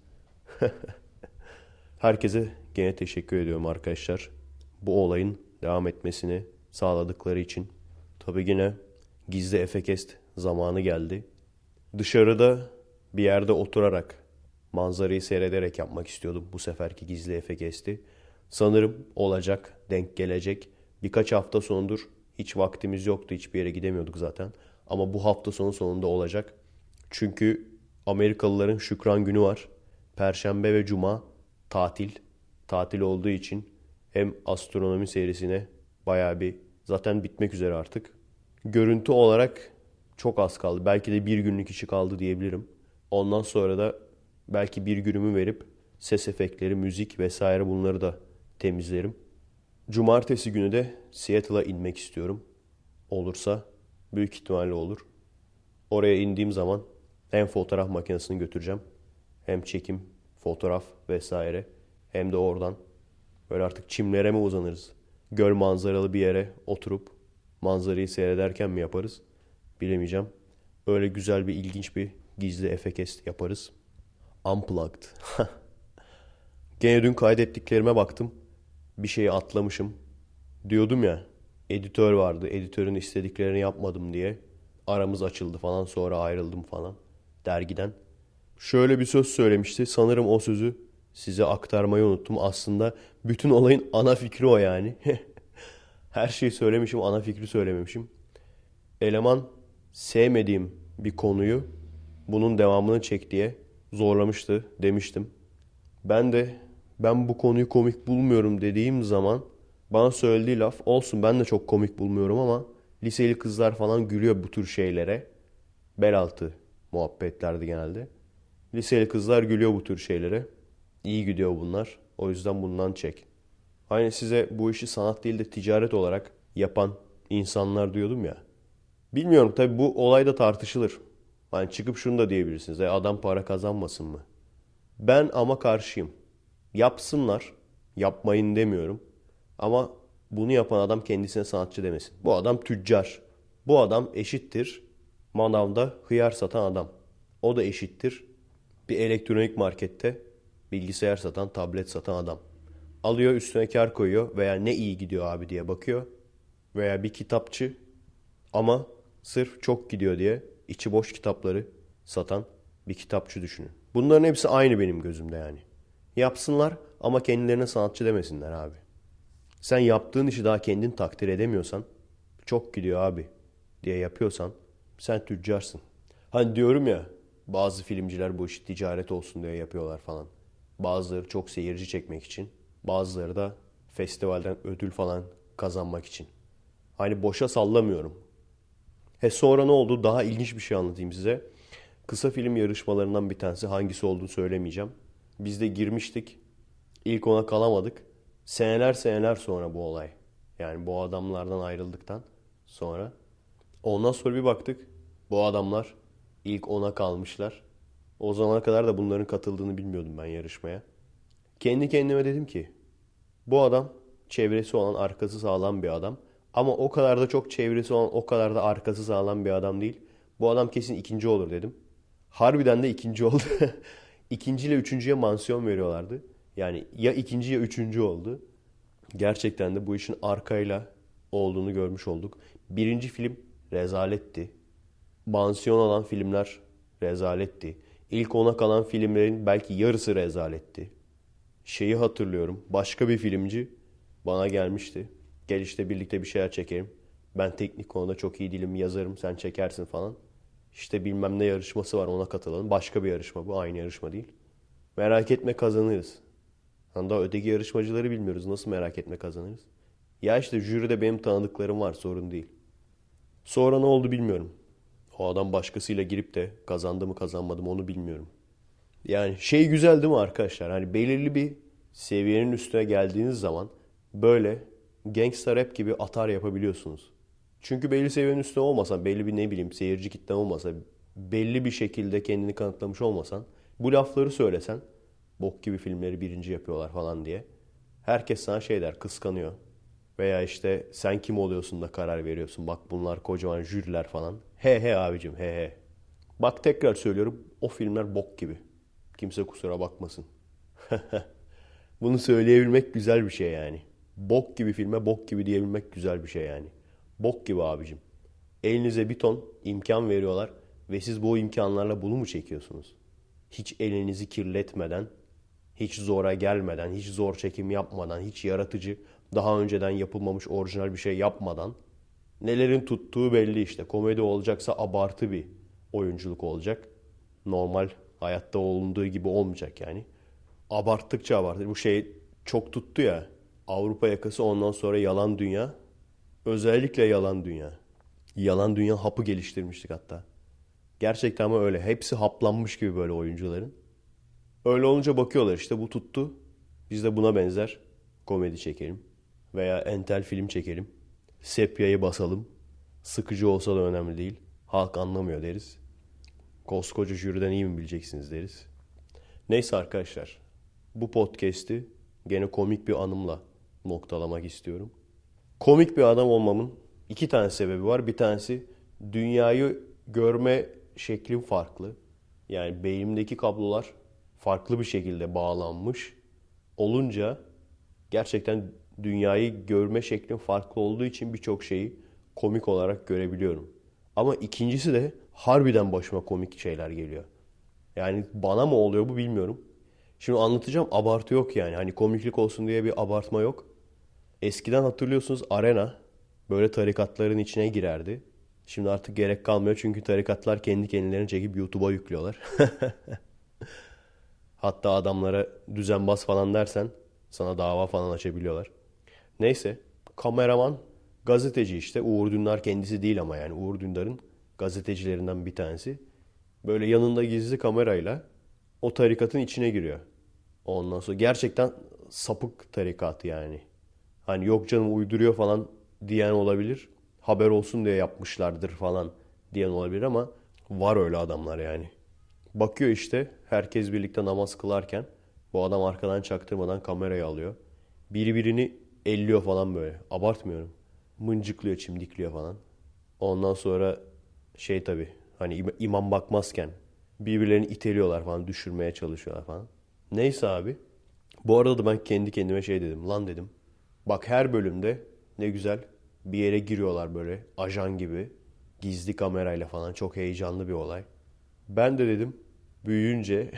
Herkese gene teşekkür ediyorum arkadaşlar. Bu olayın devam etmesini sağladıkları için. Tabii yine gizli Efekest zamanı geldi. Dışarıda bir yerde oturarak, manzarayı seyrederek yapmak istiyordum bu seferki gizli Efekest'i. Sanırım olacak, denk gelecek. Birkaç hafta sondur hiç vaktimiz yoktu, hiçbir yere gidemiyorduk zaten. Ama bu hafta sonu sonunda olacak. Çünkü Amerikalıların Şükran Günü var. Perşembe ve Cuma tatil. Tatil olduğu için hem astronomi serisine bayağı bir, zaten bitmek üzere artık. Görüntü olarak Çok az kaldı. Belki de bir günlük işi kaldı diyebilirim. Ondan sonra da belki bir günümü verip ses efektleri, müzik vesaire bunları da temizlerim. Cumartesi günü de Seattle'a inmek istiyorum. Olursa büyük ihtimalle olur. Oraya indiğim zaman hem fotoğraf makinesini götüreceğim. Hem çekim, fotoğraf vesaire. Hem de oradan böyle artık çimlere mi uzanırız? Göl manzaralı bir yere oturup manzarayı seyrederken mi yaparız? Bilemeyeceğim. Öyle güzel bir ilginç bir gizli efekest yaparız. Unplugged. Gene dün kaydettiklerime baktım. Bir şeyi atlamışım. Diyordum ya, editör vardı. Editörün istediklerini yapmadım diye. Aramız açıldı falan, sonra ayrıldım falan dergiden. Şöyle bir söz söylemişti. Sanırım o sözü size aktarmayı unuttum. Aslında bütün olayın ana fikri o yani. Her şeyi söylemişim, ana fikri söylememişim. Eleman sevmediğim bir konuyu bunun devamını çek diye zorlamıştı demiştim. Ben bu konuyu komik bulmuyorum dediğim zaman bana söylediği laf, olsun ben de çok komik bulmuyorum ama liseli kızlar falan gülüyor bu tür şeylere. Bel altı muhabbetlerdi genelde. Liseli kızlar gülüyor bu tür şeylere. İyi gidiyor bunlar. O yüzden bundan çek. Hani size bu işi sanat değil de ticaret olarak yapan insanlar diyordum ya. Bilmiyorum, tabii bu olay da tartışılır. Hani çıkıp şunu da diyebilirsiniz. Adam para kazanmasın mı? Ben ama karşıyım. Yapsınlar. Yapmayın demiyorum. Ama bunu yapan adam kendisine sanatçı demesin. Bu adam tüccar. Bu adam eşittir manavda hıyar satan adam. O da eşittir bir elektronik markette bilgisayar satan, tablet satan adam. Alıyor, üstüne kar koyuyor veya ne iyi gidiyor abi diye bakıyor. Veya bir kitapçı ama sırf çok gidiyor diye içi boş kitapları satan bir kitapçı düşünün. Bunların hepsi aynı benim gözümde yani. Yapsınlar ama kendilerine sanatçı demesinler abi. Sen yaptığın işi daha kendin takdir edemiyorsan, çok gidiyor abi diye yapıyorsan sen tüccarsın. Hani diyorum ya, bazı filmciler bu işi ticaret olsun diye yapıyorlar falan. Bazıları çok seyirci çekmek için, bazıları da festivalden ödül falan kazanmak için. Hani boşa sallamıyorum. Sonra ne oldu? Daha ilginç bir şey anlatayım size. Kısa film yarışmalarından bir tanesi, hangisi olduğunu söylemeyeceğim. Biz de girmiştik. İlk ona kalamadık. Seneler sonra bu olay. Yani bu adamlardan ayrıldıktan sonra. Ondan sonra bir baktık. Bu adamlar ilk ona kalmışlar. O zamana kadar da bunların katıldığını bilmiyordum ben yarışmaya. Kendi kendime dedim ki, bu adam çevresi olan, arkası sağlam bir adam. Ama o kadar da çok çevresi olan, o kadar da arkası sağlam bir adam değil. Bu adam kesin ikinci olur dedim. Harbiden de ikinci oldu. İkinci ile üçüncüye mansiyon veriyorlardı. Yani ya ikinci ya üçüncü oldu. Gerçekten de bu işin arkayla olduğunu görmüş olduk. Birinci film rezaletti. Mansiyon alan filmler rezaletti. İlk ona kalan filmlerin belki yarısı rezaletti. Şeyi hatırlıyorum. Başka bir filmci bana gelmişti. Gel işte birlikte bir şeyler çekelim. Ben teknik konuda çok iyi değilim, yazarım, sen çekersin falan. İşte bilmem ne yarışması var, ona katılalım. Başka bir yarışma bu, aynı yarışma değil. Merak etme kazanırız. Hani daha öteki yarışmacıları bilmiyoruz. Nasıl merak etme kazanırız? Ya işte jüride benim tanıdıklarım var, sorun değil. Sonra ne oldu bilmiyorum. O adam başkasıyla girip de kazandı mı kazanmadı mı onu bilmiyorum. Yani şey güzel değil mi arkadaşlar? Hani belirli bir seviyenin üstüne geldiğiniz zaman böyle gangsta rap gibi atar yapabiliyorsunuz. Çünkü belli seviyenin üstüne olmasan, belli bir ne bileyim seyirci kitlen olmasa, belli bir şekilde kendini kanıtlamış olmasan, bu lafları söylesen, bok gibi filmleri birinci yapıyorlar falan diye. Herkes sana şey der, kıskanıyor. Veya işte sen kim oluyorsun da karar veriyorsun. Bak bunlar kocaman jüriler falan. He he abicim he he. Bak tekrar söylüyorum, o filmler bok gibi. Kimse kusura bakmasın. Bunu söyleyebilmek güzel bir şey yani. Bok gibi filme bok gibi diyebilmek güzel bir şey yani. Bok gibi abicim. Elinize bir ton imkan veriyorlar ve siz bu imkanlarla bunu mu çekiyorsunuz? Hiç elinizi kirletmeden, hiç zora gelmeden, hiç zor çekim yapmadan, hiç yaratıcı, daha önceden yapılmamış orijinal bir şey yapmadan. Nelerin tuttuğu belli işte. Komedi olacaksa abartı bir oyunculuk olacak. Normal hayatta olunduğu gibi olmayacak yani. Abarttıkça abartı. Bu şey çok tuttu ya. Avrupa yakası, ondan sonra Yalan Dünya. Özellikle Yalan Dünya. Yalan Dünya hapı geliştirmiştik hatta. Gerçekten ama öyle. Hepsi haplanmış gibi böyle oyuncuların. Öyle olunca bakıyorlar işte bu tuttu. Biz de buna benzer komedi çekelim. Veya entel film çekelim. Sepya'yı basalım. Sıkıcı olsa da önemli değil. Halk anlamıyor deriz. Koskoca jüriden iyi mi bileceksiniz deriz. Neyse arkadaşlar. Bu podcast'i gene komik bir anımla noktalamak istiyorum. Komik bir adam olmamın iki tane sebebi var. Bir tanesi dünyayı görme şeklim farklı. Yani beynimdeki kablolar farklı bir şekilde bağlanmış olunca gerçekten dünyayı görme şeklim farklı olduğu için birçok şeyi komik olarak görebiliyorum. Ama ikincisi de harbiden başıma komik şeyler geliyor. Yani bana mı oluyor bu bilmiyorum. Şimdi anlatacağım, abartı yok yani. Hani komiklik olsun diye bir abartma yok. Eskiden hatırlıyorsunuz Arena böyle tarikatların içine girerdi. Şimdi artık gerek kalmıyor çünkü tarikatlar kendi kendilerini çekip YouTube'a yüklüyorlar. Hatta adamlara düzenbaz falan dersen sana dava falan açabiliyorlar. Neyse, kameraman gazeteci işte. Uğur Dündar kendisi değil ama yani Uğur Dündar'ın gazetecilerinden bir tanesi. Böyle yanında gizli kamerayla o tarikatın içine giriyor. Ondan sonra gerçekten sapık tarikat yani. Hani yok canım uyduruyor falan diyen olabilir. Haber olsun diye yapmışlardır falan diyen olabilir ama var öyle adamlar yani. Bakıyor işte herkes birlikte namaz kılarken bu adam arkadan çaktırmadan kamerayı alıyor. Biri birini elliyor falan böyle. Abartmıyorum. Mıncıklıyor, çimdikliyor falan. Ondan sonra şey tabii hani imam bakmazken birbirlerini iteliyorlar falan, düşürmeye çalışıyorlar falan. Neyse abi. Bu arada da ben kendi kendime şey dedim. Lan dedim. Bak her bölümde ne güzel bir yere giriyorlar böyle ajan gibi. Gizli kamerayla falan, çok heyecanlı bir olay. Ben de dedim büyüyünce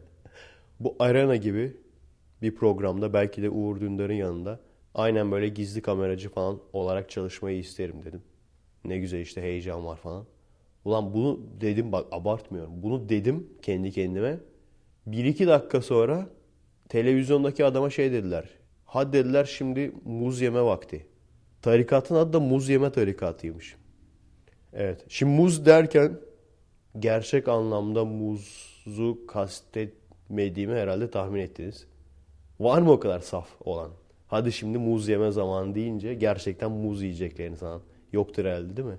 bu Arena gibi bir programda belki de Uğur Dündar'ın yanında aynen böyle gizli kameracı falan olarak çalışmayı isterim dedim. Ne güzel işte heyecan var falan. Ulan bunu dedim, bak abartmıyorum. Bunu dedim kendi kendime. Bir iki dakika sonra televizyondaki adama şey dediler. Hadi dediler şimdi muz yeme vakti. Tarikatın adı da muz yeme tarikatıymış. Evet. Şimdi muz derken gerçek anlamda muzu kastetmediğimi herhalde tahmin ettiniz. Var mı o kadar saf olan? Hadi şimdi muz yeme zamanı deyince gerçekten muz yiyeceklerini sanan. Yoktur herhalde değil mi?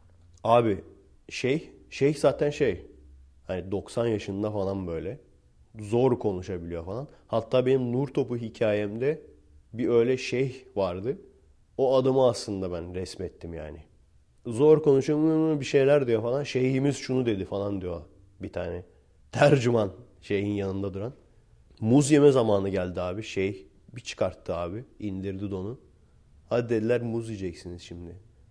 Abi şeyh zaten şey. Hani 90 yaşında falan böyle. Zor konuşabiliyor falan. Hatta benim Nur Topu hikayemde bir öyle şeyh vardı. O adamı aslında ben resmettim yani. Zor konuşuyor bir şeyler diyor falan. Şeyhimiz şunu dedi falan diyor bir tane. Tercüman şeyhin yanında duran. Muz yeme zamanı geldi abi. Şeyh bir çıkarttı abi. İndirdi donu. Hadi dediler muz yiyeceksiniz şimdi.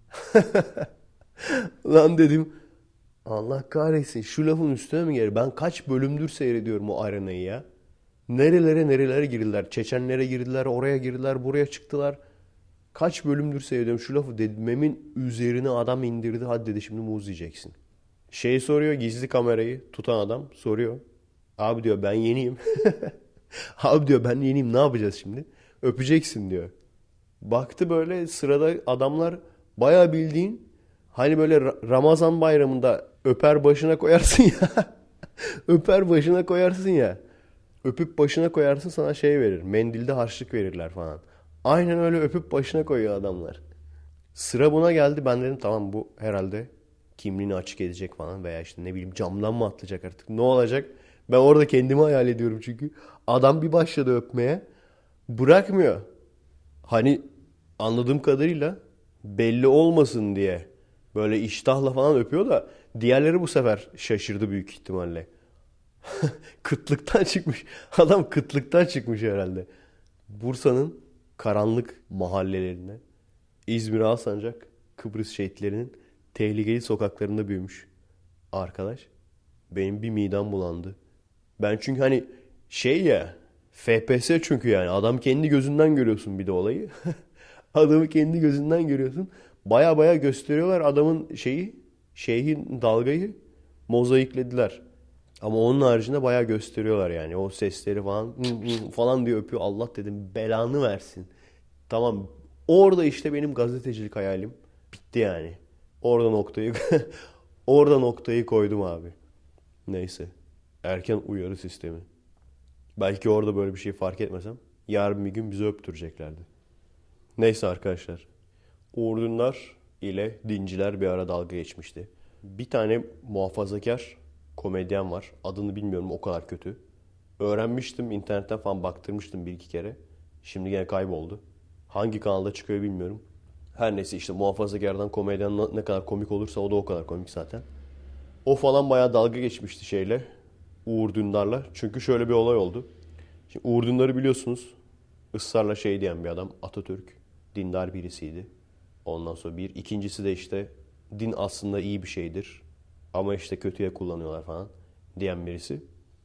Lan dedim Allah kahretsin şu lafın üstüne mi gelir? Ben kaç bölümdür seyrediyorum o arenayı ya. Nerelere girdiler. Çeçenlere girdiler, oraya girdiler, buraya çıktılar. Kaç bölümdür seyrediyorum şu lafı dememin üzerine adam indirdi. Hadi dedi şimdi muz yiyeceksin. Şey soruyor, gizli kamerayı tutan adam soruyor. Abi diyor ben yeniyim. Abi diyor ben yeniyim, ne yapacağız şimdi? Öpeceksin diyor. Baktı böyle sırada adamlar bayağı bildiğin hani böyle Ramazan bayramında öper başına koyarsın ya. Öper başına koyarsın ya. Öpüp başına koyarsın sana şey verir. Mendilde harçlık verirler falan. Aynen öyle öpüp başına koyuyor adamlar. Sıra buna geldi. Ben dedim tamam bu herhalde kimliğini açık edecek falan veya işte ne bileyim camdan mı atlayacak artık ne olacak? Ben orada kendimi hayal ediyorum çünkü. Adam bir başladı öpmeye. Bırakmıyor. Hani anladığım kadarıyla belli olmasın diye böyle iştahla falan öpüyor da diğerleri bu sefer şaşırdı büyük ihtimalle. Kıtlıktan çıkmış. Adam kıtlıktan çıkmış herhalde. Bursa'nın karanlık mahallelerine, İzmir Alsancak, Kıbrıs şehitlerinin tehlikeli sokaklarında büyümüş arkadaş. Benim bir midem bulandı. Ben çünkü hani şey ya, FPS çünkü yani adam kendi gözünden görüyorsun bir de olayı. Adamı kendi gözünden görüyorsun. Baya baya gösteriyorlar adamın şeyhin dalgayı mozaiklediler. Ama onun haricinde bayağı gösteriyorlar yani. O sesleri falan falan diye öpüyor. Allah dedim belanı versin. Tamam. Orada işte benim gazetecilik hayalim bitti yani. Orada noktayı orada noktayı koydum abi. Neyse. Erken uyarı sistemi. Belki orada böyle bir şey fark etmesem yarın bir gün bizi öptüreceklerdi. Neyse arkadaşlar. Uğur Dündar ile dinciler bir ara dalga geçmişti. Bir tane muhafazakar komedyen var. Adını bilmiyorum, o kadar kötü. Öğrenmiştim, internetten falan baktırmıştım bir iki kere. Şimdi gene kayboldu. Hangi kanalda çıkıyor bilmiyorum. Her neyse işte muhafazakardan komedyen ne kadar komik olursa o da o kadar komik zaten. O falan bayağı dalga geçmişti şeyle. Uğur Dündar'la. Çünkü şöyle bir olay oldu. Şimdi Uğur Dündar'ı biliyorsunuz. Israrla şey diyen bir adam. Atatürk. Dindar birisiydi. Ondan sonra bir. İkincisi de işte din aslında iyi bir şeydir. Ama işte kötüye kullanıyorlar falan diyen birisi.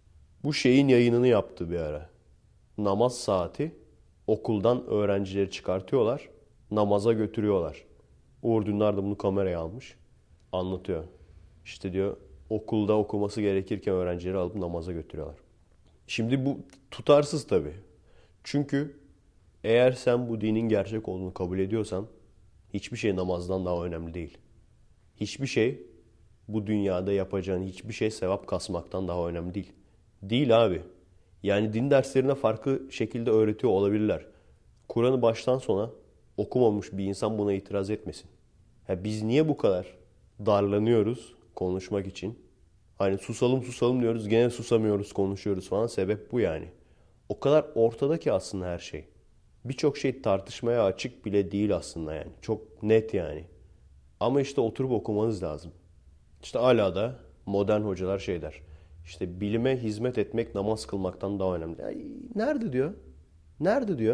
Bu şeyin yayınını yaptı bir ara. Namaz saati, okuldan öğrencileri çıkartıyorlar. Namaza götürüyorlar. Uğur Dündar da bunu kameraya almış. Anlatıyor. İşte diyor okulda okuması gerekirken öğrencileri alıp namaza götürüyorlar. Şimdi bu tutarsız tabii. Çünkü eğer sen bu dinin gerçek olduğunu kabul ediyorsan hiçbir şey namazdan daha önemli değil. Hiçbir şey bu dünyada yapacağın hiçbir şey sevap kasmaktan daha önemli değil. Değil abi. Yani din derslerine farklı şekilde öğretiyor olabilirler. Kur'an'ı baştan sona okumamış bir insan buna itiraz etmesin. Biz niye bu kadar darlanıyoruz konuşmak için? Hani susalım susalım diyoruz, gene susamıyoruz, konuşuyoruz falan. Sebep bu yani. O kadar ortada ki aslında her şey. Birçok şey tartışmaya açık bile değil aslında yani. Çok net yani. Ama işte oturup okumanız lazım. İşte hala da modern hocalar şey der. İşte bilime hizmet etmek namaz kılmaktan daha önemli. Ay, nerede diyor? Nerede diyor?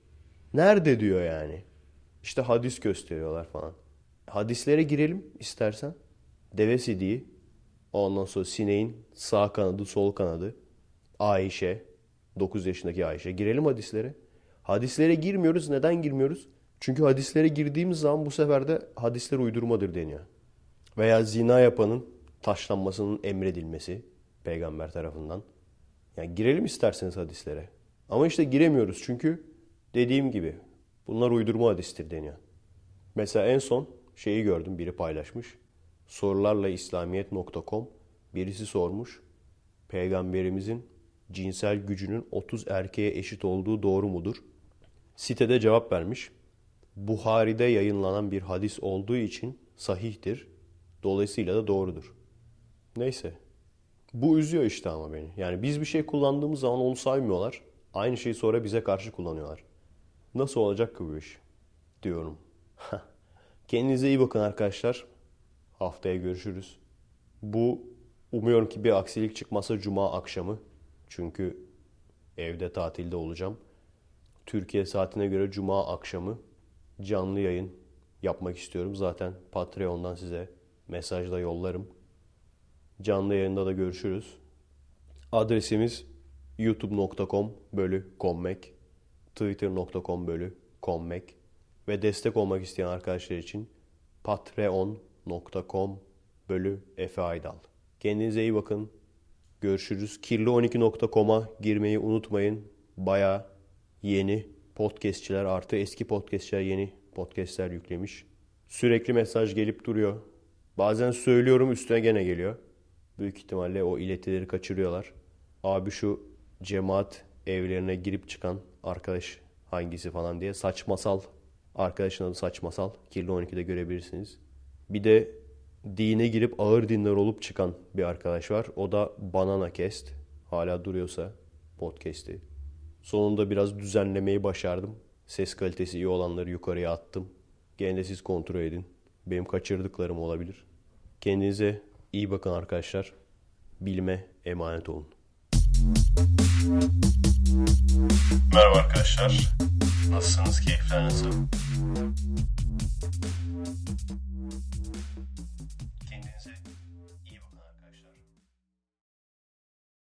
Nerede diyor yani? İşte hadis gösteriyorlar falan. Hadislere girelim istersen. Deve sidiği, ondan sonra sineğin sağ kanadı, sol kanadı, Ayşe, 9 yaşındaki Ayşe. Girelim hadislere. Hadislere girmiyoruz. Neden girmiyoruz? Çünkü hadislere girdiğimiz zaman bu sefer de hadisler uydurmadır deniyor. Veya zina yapanın taşlanmasının emredilmesi peygamber tarafından. Yani girelim isterseniz hadislere. Ama işte giremiyoruz çünkü dediğim gibi bunlar uydurma hadistir deniyor. Mesela en son şeyi gördüm, biri paylaşmış. Sorularlaislamiyet.com birisi sormuş. Peygamberimizin cinsel gücünün 30 erkeğe eşit olduğu doğru mudur? Sitede cevap vermiş. Buhari'de yayınlanan bir hadis olduğu için sahihtir. Dolayısıyla da doğrudur. Neyse. Bu üzüyor işte ama beni. Yani biz bir şey kullandığımız zaman onu saymıyorlar. Aynı şeyi sonra bize karşı kullanıyorlar. Nasıl olacak ki bu iş? Diyorum. Kendinize iyi bakın arkadaşlar. Haftaya görüşürüz. Bu umuyorum ki bir aksilik çıkmazsa cuma akşamı. Çünkü evde tatilde olacağım. Türkiye saatine göre cuma akşamı canlı yayın yapmak istiyorum. Zaten Patreon'dan size mesajla yollarım. Canlı yayında da görüşürüz. Adresimiz youtube.com/kommek, twitter.com/kommek ve destek olmak isteyen arkadaşlar için patreon.com/Efe Aydal. Kendinize iyi bakın. Görüşürüz. Kirli12.com'a girmeyi unutmayın. Bayağı yeni podcastçiler artı eski podcastçiler yeni podcastler yüklemiş. Sürekli mesaj gelip duruyor. Bazen söylüyorum üstüne gene geliyor. Büyük ihtimalle o iletileri kaçırıyorlar. Abi şu cemaat evlerine girip çıkan arkadaş hangisi falan diye. Saçmasal. Arkadaşın adı Saçmasal. Kirli 12'de görebilirsiniz. Bir de dine girip ağır dinler olup çıkan bir arkadaş var. O da Banana Cast. Hala duruyorsa podcast'i. Sonunda biraz düzenlemeyi başardım. Ses kalitesi iyi olanları yukarıya attım. Gene de siz kontrol edin. Benim kaçırdıklarım olabilir. Kendinize iyi bakın arkadaşlar. Bilime emanet olun. Merhaba arkadaşlar. Nasılsınız? Keyifler nasıl?